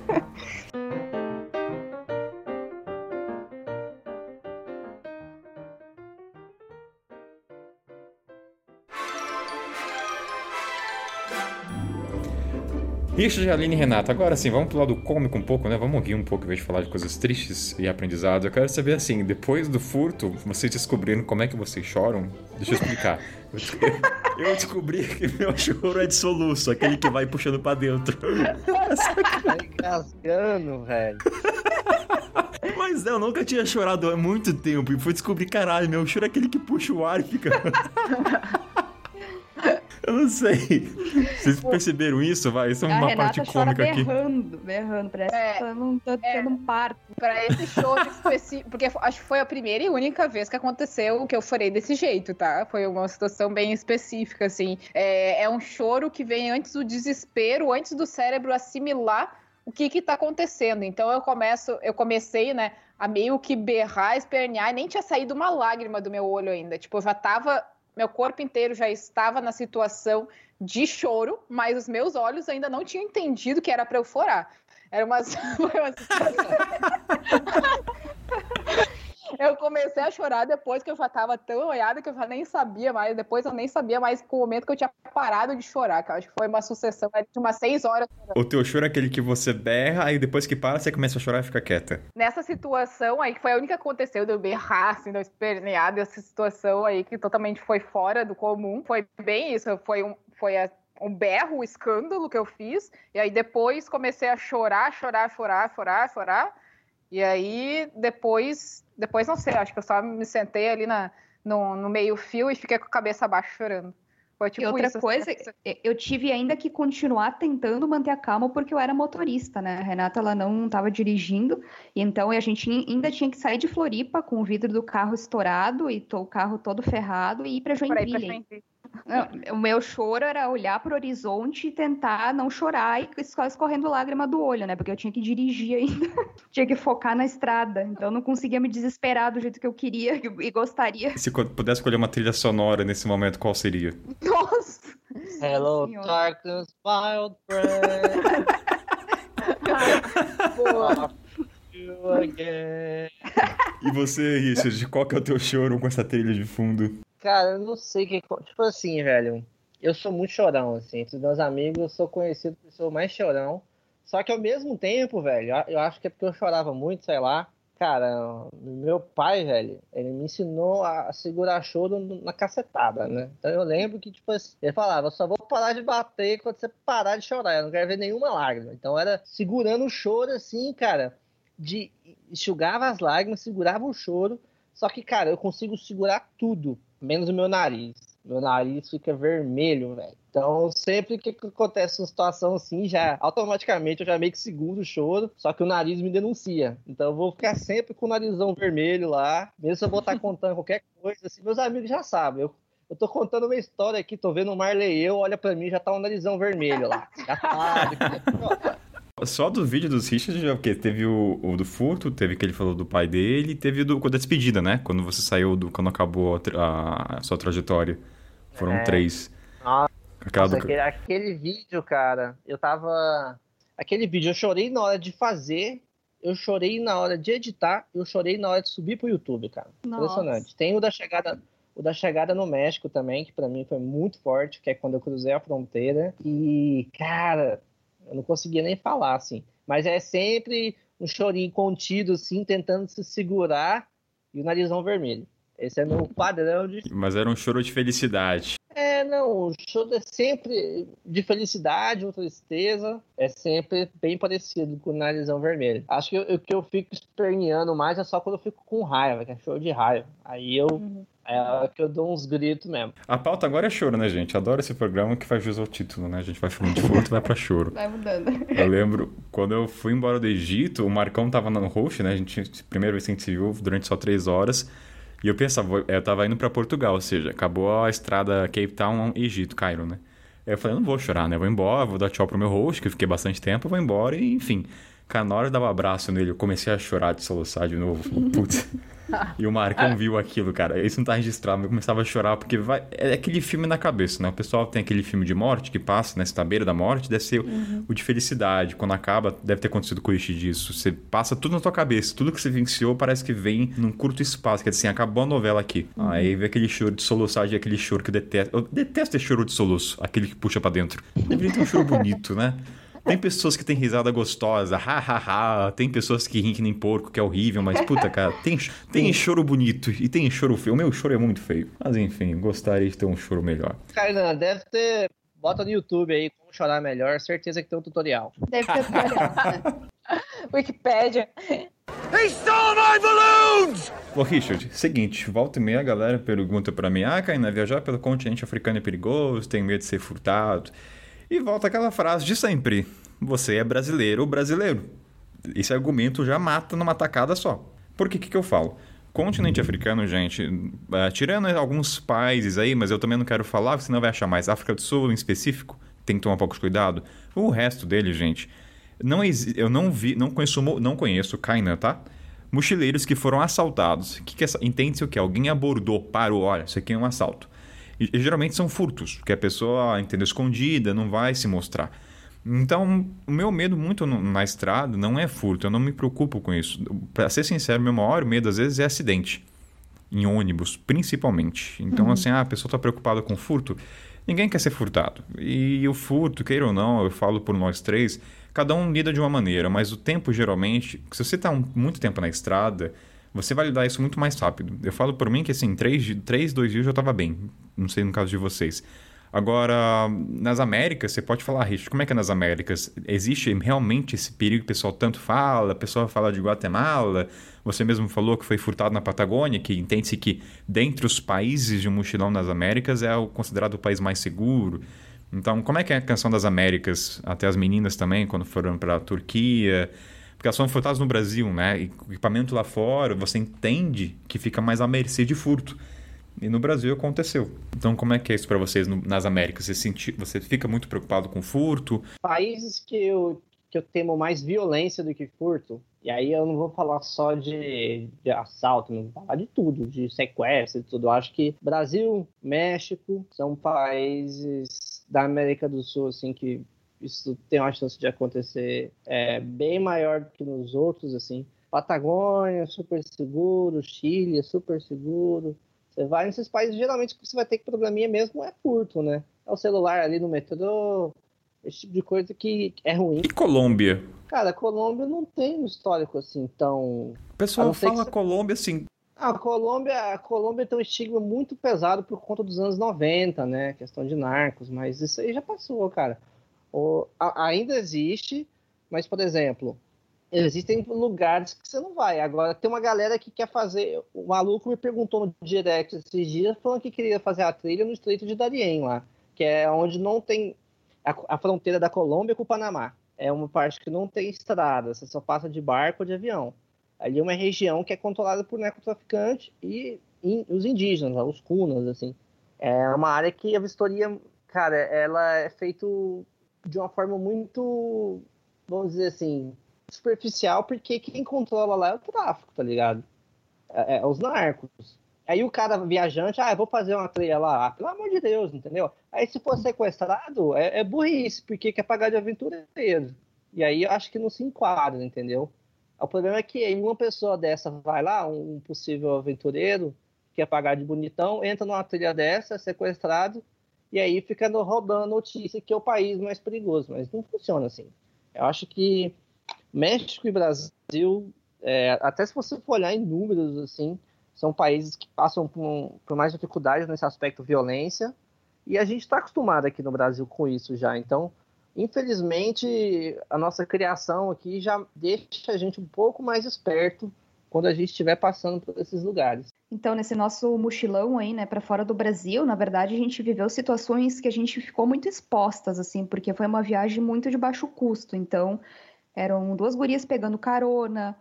Richard, Aline e Renata, agora sim, vamos pro lado cômico um pouco, né? Vamos rir um pouco, em vez de falar de coisas tristes e aprendizados. Eu quero saber, assim, depois do furto, vocês descobriram como é que vocês choram? Deixa eu explicar. Eu descobri que meu choro é de soluço, aquele que vai puxando pra dentro. Tá engasgando, velho. Mas eu nunca tinha chorado há muito tempo e fui descobrir, caralho, meu choro é aquele que puxa o ar e fica... Eu não sei. Vocês perceberam isso? Vai, isso é uma parte cômica aqui. Berrando, parece que eu não tô tendo um parto. Pra esse show específico, porque acho que foi a primeira e única vez que aconteceu que eu chorei desse jeito, tá? Foi uma situação bem específica, assim. É um choro que vem antes do desespero, antes do cérebro assimilar o que tá acontecendo. Então eu comecei, né, a meio que berrar, espernear, e nem tinha saído uma lágrima do meu olho ainda. Tipo, eu já tava... Meu corpo inteiro já estava na situação de choro, mas os meus olhos ainda não tinham entendido que era para eu chorar. Era uma situação... Eu comecei a chorar depois que eu já estava tão noiada que eu já nem sabia mais. Depois eu nem sabia mais o momento que eu tinha parado de chorar, que eu acho que foi uma sucessão de umas 6 horas. O teu choro é aquele que você berra, aí depois que para, você começa a chorar e fica quieta. Nessa situação aí, que foi a única que aconteceu, de eu berrar, assim, de eu espernear, dessa situação aí que totalmente foi fora do comum. Foi bem isso, foi um berro, um escândalo que eu fiz. E aí depois comecei a chorar. E aí depois não sei, acho que eu só me sentei ali no meio fio e fiquei com a cabeça abaixo chorando. Foi tipo e outra isso, coisa, eu tive ainda que continuar tentando manter a calma porque eu era motorista, né? A Renata, ela não estava dirigindo, então a gente ainda tinha que sair de Floripa com o vidro do carro estourado e o carro todo ferrado e ir para Joinville. O meu choro era olhar para o horizonte e tentar não chorar e só escorrendo lágrima do olho, né? Porque eu tinha que dirigir ainda, tinha que focar na estrada, então eu não conseguia me desesperar do jeito que eu queria e gostaria. Se pudesse escolher uma trilha sonora nesse momento, qual seria? Nossa! Hello, darkness, wild friend. You again. E você, Richard, qual que é o teu choro com essa trilha de fundo? Cara, eu não sei o que... Tipo assim, velho, eu sou muito chorão, assim. Entre os meus amigos, eu sou conhecido por ser o mais chorão. Só que ao mesmo tempo, velho, eu acho que é porque eu chorava muito, sei lá. Cara, meu pai, velho, ele me ensinou a segurar choro na cacetada, né? Então eu lembro que, tipo assim, ele falava, eu só vou parar de bater quando você parar de chorar, eu não quero ver nenhuma lágrima. Então era segurando o choro, assim, cara, enxugava as lágrimas, segurava o choro, só que, cara, eu consigo segurar tudo, menos o meu nariz. Meu nariz fica vermelho, velho. Então, sempre que acontece uma situação assim, já automaticamente eu já meio que seguro o choro, só que o nariz me denuncia. Então, eu vou ficar sempre com o narizão vermelho lá, mesmo se eu vou estar contando qualquer coisa, assim, meus amigos já sabem. Eu tô contando uma história aqui, tô vendo o Marley e eu, olha pra mim, já tá um narizão vermelho lá. Já tá. Só do vídeo dos Richard, já porque teve o do furto, teve que ele falou do pai dele, teve o da despedida, né? Quando você saiu quando acabou a sua trajetória. Foram 3. Nossa, aquele vídeo, cara, aquele vídeo eu chorei na hora de fazer, eu chorei na hora de editar, eu chorei na hora de subir pro YouTube, cara. Nossa. Impressionante. Tem o da chegada no México também, que pra mim foi muito forte, que é quando eu cruzei a fronteira. E, cara, eu não conseguia nem falar, assim. Mas é sempre um chorinho contido, assim, tentando se segurar e o narizão vermelho. Esse é meu padrão de... Mas era um choro de felicidade. Não, o choro é sempre de felicidade ou tristeza, é sempre bem parecido com o narizão vermelho. Acho que o que eu fico esperneando mais é só quando eu fico com raiva, que é choro de raiva. Aí é a hora que eu dou uns gritos mesmo. A pauta agora é choro, né, gente? Adoro esse programa que faz jus ao título, né? A gente vai falando de furto e vai pra choro. Vai mudando. Eu lembro, quando eu fui embora do Egito, o Marcão tava no host, né? Primeira vez que a gente se viu durante só 3 horas. E eu pensava, eu tava indo pra Portugal, ou seja, acabou a estrada Cape Town, Egito, Cairo, né? Aí eu falei, eu não vou chorar, né? Eu vou embora, vou dar tchau pro meu host, que eu fiquei bastante tempo, eu vou embora e, enfim. Cara, na hora eu dava um abraço nele, eu comecei a chorar, de soluçar de novo. Putz. E o Marcão viu aquilo, cara. Isso não tá registrado, mas eu começava a chorar, porque é aquele filme na cabeça, né? O pessoal tem aquele filme de morte que passa, né? Você tá à beira da morte, deve ser o de felicidade. Quando acaba, deve ter acontecido com o Ishi disso. Você passa tudo na tua cabeça. Tudo que você vivenciou parece que vem num curto espaço. Quer dizer, assim, acabou a novela aqui. Aí vem aquele choro de soluçar, aquele choro que eu detesto. Eu detesto esse choro de soluço, aquele que puxa pra dentro. Deveria ter um choro bonito, né? Tem pessoas que têm risada gostosa, tem pessoas que riem que nem porco, que é horrível, mas puta, cara, tem choro bonito e tem choro feio. O meu choro é muito feio. Mas enfim, gostaria de ter um choro melhor. Kainan, deve ter... Bota no YouTube aí como chorar melhor, certeza que tem um tutorial. Deve ter tutorial, né? Wikipédia. He stole my balloons! Ô, Richard, seguinte, volta e meia a galera pergunta pra mim, Kainan, viajar pelo continente africano é perigoso, tem medo de ser furtado... E volta aquela frase de sempre. Você é brasileiro ou brasileiro. Esse argumento já mata numa tacada só. Por que eu falo? Continente africano, gente, tirando alguns países aí, mas eu também não quero falar, senão vai achar mais. África do Sul em específico, tem que tomar um pouco de cuidado. O resto dele, gente, eu não conheço Kainan, tá? Mochileiros que foram assaltados. Entende-se o que? Alguém abordou, parou, olha, isso aqui é um assalto. E geralmente são furtos, que a pessoa, entendeu, escondida, não vai se mostrar. Então, o meu medo muito na estrada não é furto, eu não me preocupo com isso. Para ser sincero, meu maior medo às vezes é acidente. Em ônibus, principalmente. Então, assim, a pessoa está preocupada com furto. Ninguém quer ser furtado. E o furto, queira ou não, eu falo por nós 3, cada um lida de uma maneira, mas o tempo geralmente, se você está muito tempo na estrada... Você vai lidar isso muito mais rápido. Eu falo por mim que, assim, 2 dias eu já estava bem. Não sei no caso de vocês. Agora, nas Américas, você pode falar, Richard, como é que é nas Américas? Existe realmente esse perigo que o pessoal tanto fala? A pessoa fala de Guatemala. Você mesmo falou que foi furtado na Patagônia, que entende-se que, dentre os países de um mochilão nas Américas, é considerado o país mais seguro. Então, como é que é a Canção das Américas? Até as meninas também, quando foram para a Turquia... Porque elas são furtadas no Brasil, né? E o equipamento lá fora, você entende que fica mais à mercê de furto. E no Brasil aconteceu. Então, como é que é isso para vocês nas Américas? Você fica muito preocupado com furto? Países que eu temo mais violência do que furto, e aí eu não vou falar só de assalto, não vou falar de tudo, de sequestro e tudo. Eu acho que Brasil, México são países da América do Sul, assim, que isso tem uma chance de acontecer bem maior do que nos outros, assim. Patagônia, super seguro. Chile, super seguro. Você vai nesses países, geralmente o que você vai ter que probleminha mesmo é furto, né? É o celular ali no metrô, esse tipo de coisa que é ruim. E Colômbia? Cara, a Colômbia não tem um histórico assim tão... O pessoal fala Colômbia assim... A Colômbia tem um estigma muito pesado por conta dos anos 90, né? Questão de narcos, mas isso aí já passou, cara. Ainda existe, mas, por exemplo, existem lugares que você não vai. Agora, tem uma galera que quer fazer... O maluco me perguntou no direct esses dias, falando que queria fazer a trilha no Estreito de Darién lá, que é onde não tem a fronteira da Colômbia com o Panamá. É uma parte que não tem estrada, você só passa de barco ou de avião. Ali é uma região que é controlada por narcotraficantes e os indígenas, os cunas, assim. É uma área que a vistoria, cara, ela é feita de uma forma muito, vamos dizer assim, superficial, porque quem controla lá é o tráfico, tá ligado? É os narcos. Aí o cara viajante, eu vou fazer uma trilha lá, pelo amor de Deus, entendeu? Aí se for sequestrado, é burrice, porque quer pagar de aventureiro. E aí eu acho que não se enquadra, entendeu? O problema é que uma pessoa dessa vai lá, um possível aventureiro, quer pagar de bonitão, entra numa trilha dessa, é sequestrado, e aí fica rodando a notícia que é o país mais perigoso. Mas não funciona assim. Eu acho que México e Brasil, até se você for olhar em números, assim, são países que passam por mais dificuldades nesse aspecto violência, e a gente está acostumado aqui no Brasil com isso já. Então, infelizmente, a nossa criação aqui já deixa a gente um pouco mais esperto quando a gente estiver passando por esses lugares. Então, nesse nosso mochilão aí, né, para fora do Brasil, na verdade, a gente viveu situações que a gente ficou muito expostas, assim, porque foi uma viagem muito de baixo custo. Então, eram 2 gurias pegando carona,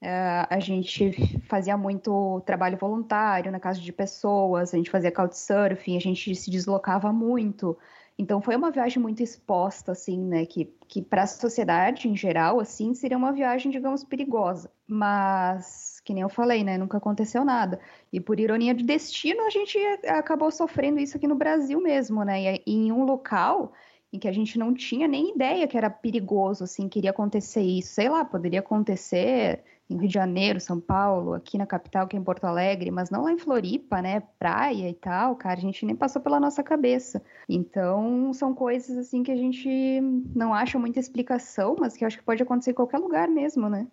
a gente fazia muito trabalho voluntário na casa de pessoas, a gente fazia couchsurfing, a gente se deslocava muito. Então, foi uma viagem muito exposta, assim, né, que para a sociedade em geral, assim, seria uma viagem, digamos, perigosa. Mas, que nem eu falei, né, nunca aconteceu nada. E por ironia de destino, a gente acabou sofrendo isso aqui no Brasil mesmo, né, e em um local em que a gente não tinha nem ideia que era perigoso, assim, que iria acontecer isso. Sei lá, poderia acontecer em Rio de Janeiro, São Paulo, aqui na capital, que é em Porto Alegre, mas não lá em Floripa, né, praia e tal, cara, a gente nem passou pela nossa cabeça. Então, são coisas, assim, que a gente não acha muita explicação, mas que eu acho que pode acontecer em qualquer lugar mesmo, né?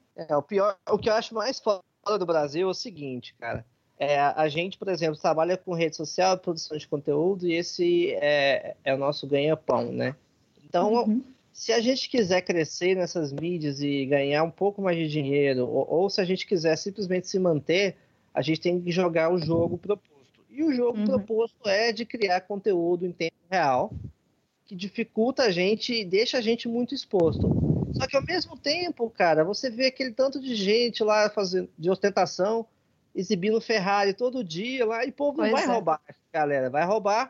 O que eu acho mais foda do Brasil é o seguinte, cara, a gente, por exemplo, trabalha com rede social, produção de conteúdo, e esse é o nosso ganha-pão, né? Então, se a gente quiser crescer nessas mídias e ganhar um pouco mais de dinheiro, ou se a gente quiser simplesmente se manter, a gente tem que jogar o jogo proposto. E o jogo proposto é de criar conteúdo em tempo real, que dificulta a gente e deixa a gente muito exposto. Só que ao mesmo tempo, cara, você vê aquele tanto de gente lá fazendo de ostentação, exibindo Ferrari todo dia lá, e o povo não vai roubar, galera, vai roubar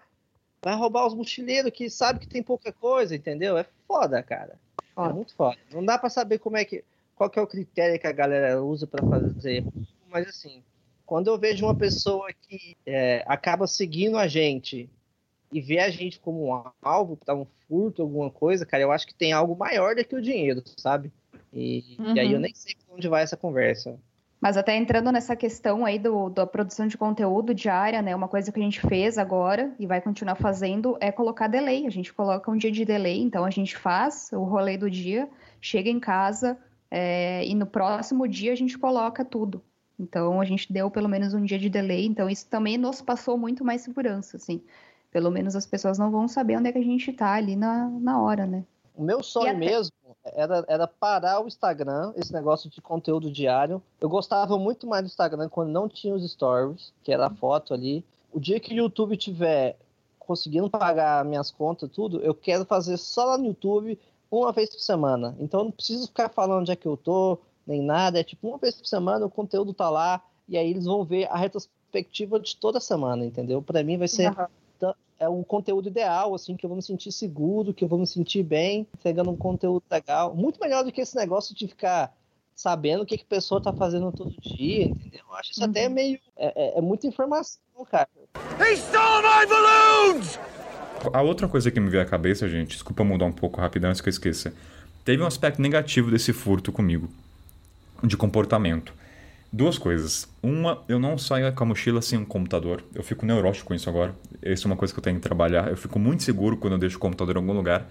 os mochileiros que sabem que tem pouca coisa, entendeu? É foda, cara. Foda. É muito foda. Não dá pra saber qual que é o critério que a galera usa pra fazer. Mas assim, quando eu vejo uma pessoa que acaba seguindo a gente e vê a gente como um alvo pra um furto, alguma coisa, cara, eu acho que tem algo maior do que o dinheiro, sabe? E aí eu nem sei pra onde vai essa conversa. Mas até entrando nessa questão aí da produção de conteúdo diária, né? Uma coisa que a gente fez agora e vai continuar fazendo é colocar delay. A gente coloca um dia de delay, então a gente faz o rolê do dia, chega em casa e no próximo dia a gente coloca tudo. Então a gente deu pelo menos um dia de delay, então isso também nos passou muito mais segurança, assim. Pelo menos as pessoas não vão saber onde é que a gente tá ali na hora, né? O meu sonho mesmo era parar o Instagram, esse negócio de conteúdo diário. Eu gostava muito mais do Instagram quando não tinha os stories, que era a foto ali. O dia que o YouTube tiver conseguindo pagar minhas contas e tudo, eu quero fazer só lá no YouTube uma vez por semana. Então eu não preciso ficar falando onde é que eu tô, nem nada. É tipo, uma vez por semana o conteúdo tá lá, e aí eles vão ver a retrospectiva de toda semana, entendeu? Pra mim vai ser... É um conteúdo ideal, assim, que eu vou me sentir seguro, que eu vou me sentir bem, entregando um conteúdo legal. Muito melhor do que esse negócio de ficar sabendo o que a pessoa tá fazendo todo dia, entendeu? Eu acho isso até meio... É muita informação, cara. He stole my balloons! A outra coisa que me veio à cabeça, gente, desculpa mudar um pouco rapidão antes que eu esqueça. Teve um aspecto negativo desse furto comigo, de comportamento. 2 coisas. Uma, eu não saio com a mochila sem um computador. Eu fico neurótico com isso agora. Essa é uma coisa que eu tenho que trabalhar. Eu fico muito seguro quando eu deixo o computador em algum lugar.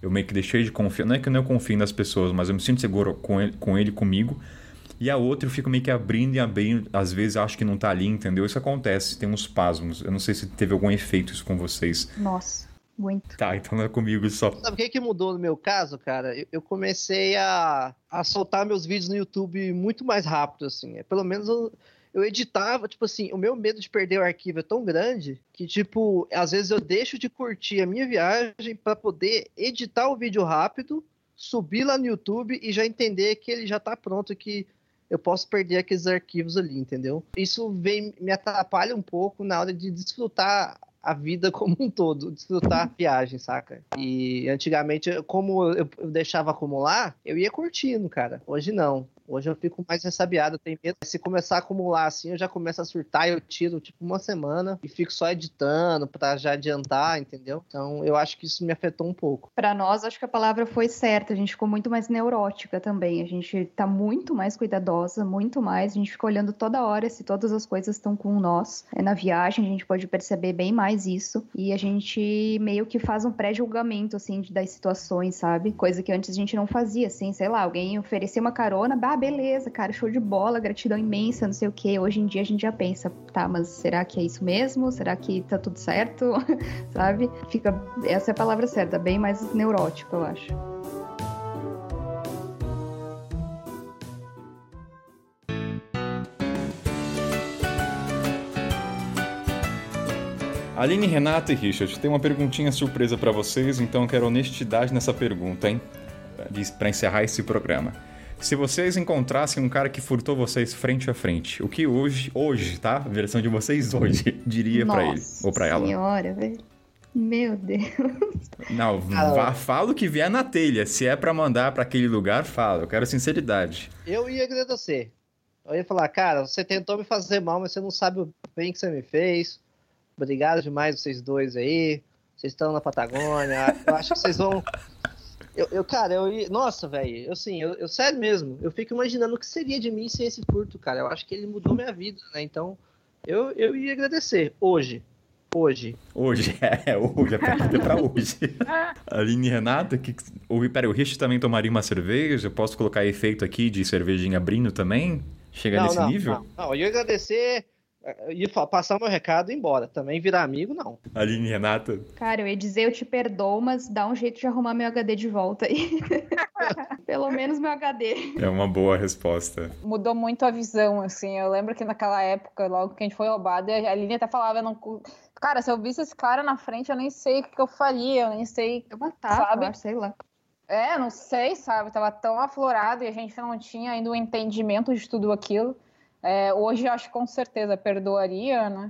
eu meio que deixei de confiar. Não é que eu não confio nas pessoas, mas eu me sinto seguro com ele comigo. E a outra eu fico meio que abrindo e abrindo. Às vezes eu acho que não tá ali, entendeu? Isso acontece, tem uns espasmos. Eu não sei se teve algum efeito isso com vocês. Nossa, muito. Tá, então não é comigo só. Sabe o que mudou no meu caso, cara? Eu comecei a soltar meus vídeos no YouTube muito mais rápido, assim. Pelo menos eu editava, tipo assim, o meu medo de perder o arquivo é tão grande que, tipo, às vezes eu deixo de curtir a minha viagem pra poder editar o vídeo rápido, subir lá no YouTube e já entender que ele já tá pronto, que eu posso perder aqueles arquivos ali, entendeu? Isso me atrapalha um pouco na hora de desfrutar a vida como um todo, desfrutar a viagem, saca? E antigamente, como eu deixava acumular, eu ia curtindo, cara. Hoje não. Hoje eu fico mais ressabiado, eu tenho medo. Se começar a acumular assim, eu já começo a surtar, eu tiro tipo uma semana e fico só editando pra já adiantar, entendeu? Então eu acho que isso me afetou um pouco. Pra nós, acho que a palavra foi certa, a gente ficou muito mais neurótica também, a gente tá muito mais cuidadosa, muito mais, a gente fica olhando toda hora se todas as coisas estão com nós. Na viagem a gente pode perceber bem mais isso, e a gente meio que faz um pré-julgamento, assim, das situações, sabe? Coisa que antes a gente não fazia, assim, sei lá, alguém oferecia uma carona, beleza, cara, show de bola, gratidão imensa, não sei o quê. Hoje em dia a gente já pensa, tá, mas será que é isso mesmo? Será que tá tudo certo? Sabe? Essa é a palavra certa, bem mais neurótico, eu acho. Aline, Renata e Richard, tem uma perguntinha surpresa pra vocês, então eu quero honestidade nessa pergunta, hein? Pra encerrar esse programa. Se vocês encontrassem um cara que furtou vocês frente a frente, o que hoje, tá? A versão de vocês hoje, diria pra ele ou pra ela? Nossa senhora, velho. Meu Deus. Não, fala o que vier na telha. Se é pra mandar pra aquele lugar, fala. Eu quero sinceridade. Eu ia agradecer. Eu ia falar, cara, você tentou me fazer mal, mas você não sabe o bem que você me fez. Obrigado demais vocês dois aí. Vocês estão na Patagônia. Eu acho que vocês vão... Nossa, velho, assim, eu sério mesmo, eu fico imaginando o que seria de mim sem esse furto, cara. Eu acho que ele mudou minha vida, né? Então, eu ia agradecer. Hoje, Hoje, a pergunta é pra hoje. Aline e Renata, peraí, o Rich também tomaria uma cerveja? Eu posso colocar efeito aqui de cervejinha abrindo também? Chega nesse nível? Não, eu ia agradecer... E passar o meu recado e ir embora. Também virar amigo, não. Aline e Renata? Cara, eu ia dizer eu te perdoo, mas dá um jeito de arrumar meu HD de volta aí. Pelo menos meu HD. É uma boa resposta. Mudou muito a visão, assim. Eu lembro que naquela época, logo que a gente foi roubado, a Aline até falava, cara, se eu visse esse cara na frente, eu nem sei o que eu faria, eu nem sei... Eu matava, sabe? Sei lá. Não sei, sabe? Tava tão aflorado e a gente não tinha ainda o entendimento de tudo aquilo. Hoje eu acho que com certeza perdoaria, né?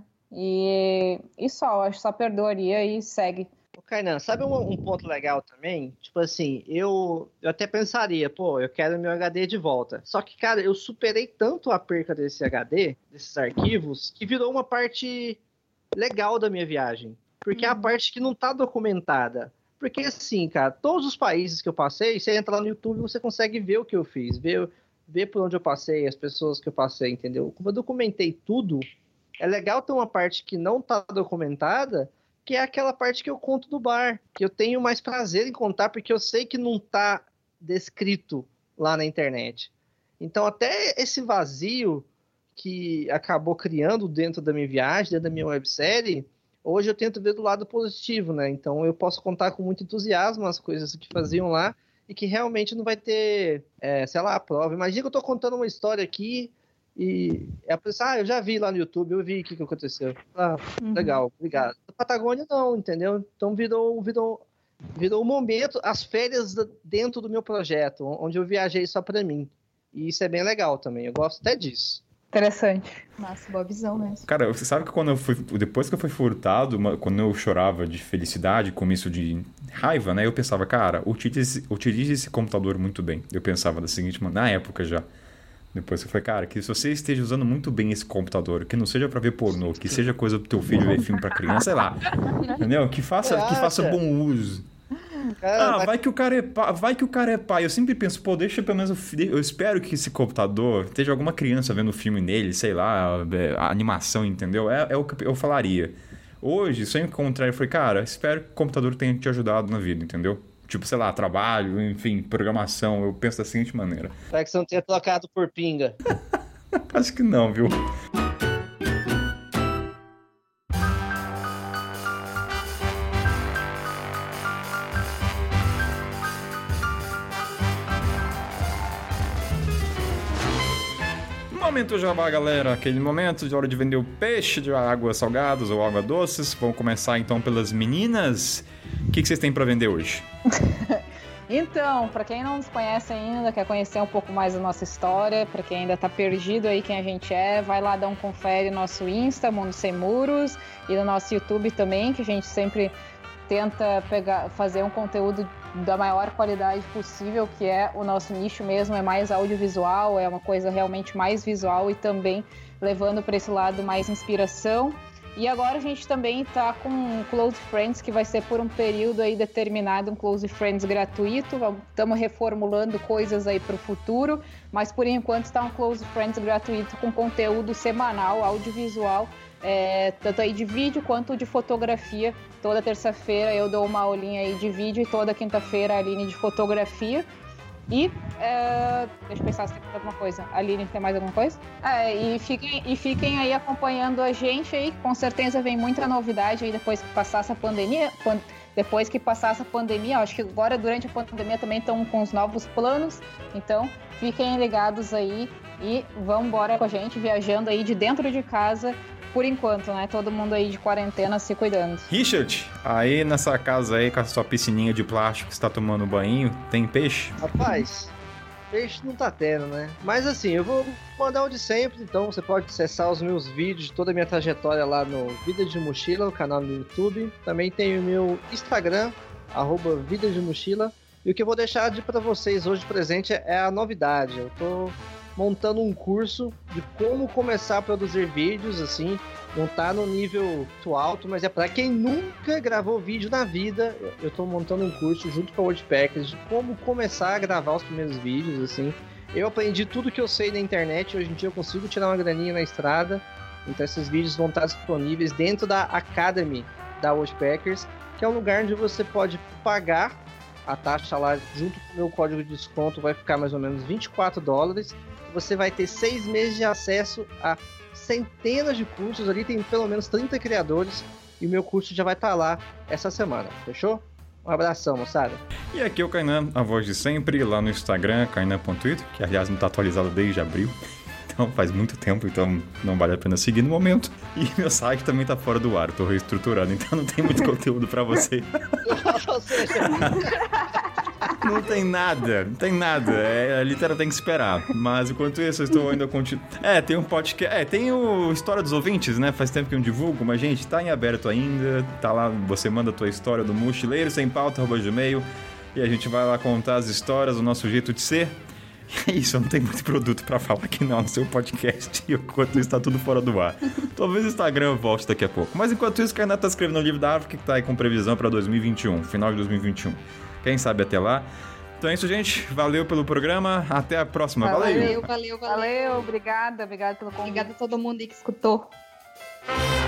E só, eu acho que só perdoaria e segue. Kainan, sabe um ponto legal também? Tipo assim, eu até pensaria, eu quero meu HD de volta. Só que, cara, eu superei tanto a perca desse HD, desses arquivos, que virou uma parte legal da minha viagem. Porque é a parte que não tá documentada. Porque assim, cara, todos os países que eu passei, você entra lá no YouTube e você consegue ver o que eu fiz, ver por onde eu passei, as pessoas que eu passei, entendeu? Como eu documentei tudo, é legal ter uma parte que não tá documentada, que é aquela parte que eu conto no bar, que eu tenho mais prazer em contar, porque eu sei que não tá descrito lá na internet. Então, até esse vazio que acabou criando dentro da minha viagem, dentro da minha websérie, hoje eu tento ver do lado positivo, né? Então, eu posso contar com muito entusiasmo as coisas que faziam lá, e que realmente não vai ter, prova. Imagina que eu tô contando uma história aqui e a pessoa, eu já vi lá no YouTube, eu vi o que aconteceu. Legal, obrigado. Na Patagônia não, entendeu? Então virou um momento, as férias dentro do meu projeto, onde eu viajei só pra mim. E isso é bem legal também, eu gosto até disso. Interessante. Nossa, boa visão mesmo. Cara, você sabe que depois que eu fui furtado, quando eu chorava de felicidade, começo de raiva, né? Eu pensava, cara, utilize esse computador muito bem. Eu pensava da seguinte maneira, na época já. Depois que eu falei, cara, que se você esteja usando muito bem esse computador, que não seja pra ver pornô, que seja coisa pro teu filho ver filme pra criança, sei lá. Entendeu? Que faça bom uso. Vai que o cara é pai. Eu sempre penso, deixa pelo menos... Eu espero que esse computador esteja alguma criança vendo o filme nele, sei lá, a animação, entendeu? É o que eu falaria. Hoje, se eu encontrar, eu falei, cara, espero que o computador tenha te ajudado na vida, entendeu? Tipo, sei lá, trabalho, enfim, programação. Eu penso da seguinte maneira. Espero que você não tenha trocado por pinga. Acho que não, viu? Momento jabá, galera. Aquele momento de hora de vender o peixe de águas salgadas ou água doces. Vamos começar então pelas meninas. O que vocês têm para vender hoje? Então, para quem não nos conhece ainda, quer conhecer um pouco mais da nossa história, para quem ainda tá perdido aí quem a gente é, vai lá dar um confere no nosso Insta, Mundo Sem Muros, e no nosso YouTube também, que a gente sempre tenta fazer um conteúdo da maior qualidade possível, que é o nosso nicho mesmo, é mais audiovisual, é uma coisa realmente mais visual e também levando para esse lado mais inspiração. E agora a gente também está com um Close Friends, que vai ser por um período aí determinado, um Close Friends gratuito. Estamos reformulando coisas aí para o futuro, mas por enquanto está um Close Friends gratuito com conteúdo semanal, audiovisual, tanto aí de vídeo quanto de fotografia. Toda terça-feira eu dou uma aulinha aí de vídeo e toda quinta-feira a Aline de fotografia. E, deixa eu pensar se tem alguma coisa. Aline, tem mais alguma coisa? E fiquem aí acompanhando a gente aí, com certeza vem muita novidade aí depois que passar essa pandemia. Acho que agora durante a pandemia também estão com os novos planos, então fiquem ligados aí e vamos embora com a gente, viajando aí de dentro de casa, por enquanto, né? Todo mundo aí de quarentena se cuidando. Richard, aí nessa casa aí com a sua piscininha de plástico que você tá tomando banho, tem peixe? Rapaz, peixe não tá tendo, né? Mas assim, eu vou mandar o de sempre, então você pode acessar os meus vídeos de toda a minha trajetória lá no Vida de Mochila, o canal no YouTube. Também tem o meu Instagram, @Vida de Mochila. E o que eu vou deixar para vocês hoje de presente é a novidade. Eu tô montando um curso de como começar a produzir vídeos, assim, não tá no nível muito alto, mas é para quem nunca gravou vídeo na vida. Eu tô montando um curso junto com a Woodpeckers de como começar a gravar os primeiros vídeos, assim. Eu aprendi tudo que eu sei na internet, hoje em dia eu consigo tirar uma graninha na estrada, então esses vídeos vão estar disponíveis dentro da Academy da Woodpeckers, que é um lugar onde você pode pagar a taxa lá, junto com o meu código de desconto, vai ficar mais ou menos $24. Você vai ter 6 meses de acesso a centenas de cursos, ali tem pelo menos 30 criadores, e o meu curso já vai estar lá essa semana, fechou? Um abração, moçada. E aqui é o Kainan, a voz de sempre, lá no Instagram, kainan.it, que aliás não está atualizado desde abril. Então faz muito tempo, então não vale a pena seguir no momento. E meu site também tá fora do ar, tô reestruturando, então não tem muito conteúdo pra você. Não tem nada. A litera tem que esperar. Mas enquanto isso, eu estou ainda continuando. Tem um podcast. Tem o História dos Ouvintes, né? Faz tempo que eu divulgo, mas, gente, tá em aberto ainda. Tá lá, você manda a tua história do mochileiro sem pauta@gmail. E a gente vai lá contar as histórias, o nosso jeito de ser. E é isso, eu não tenho muito produto pra falar aqui não no seu podcast. E enquanto isso, tá tudo fora do ar. Talvez o Instagram volte daqui a pouco. Mas enquanto isso, o Kainan tá escrevendo o livro da África, que tá aí com previsão pra 2021, final de 2021. Quem sabe até lá. Então é isso, gente. Valeu pelo programa. Até a próxima. Valeu. Valeu. Obrigada pelo convite. Obrigada a todo mundo aí que escutou.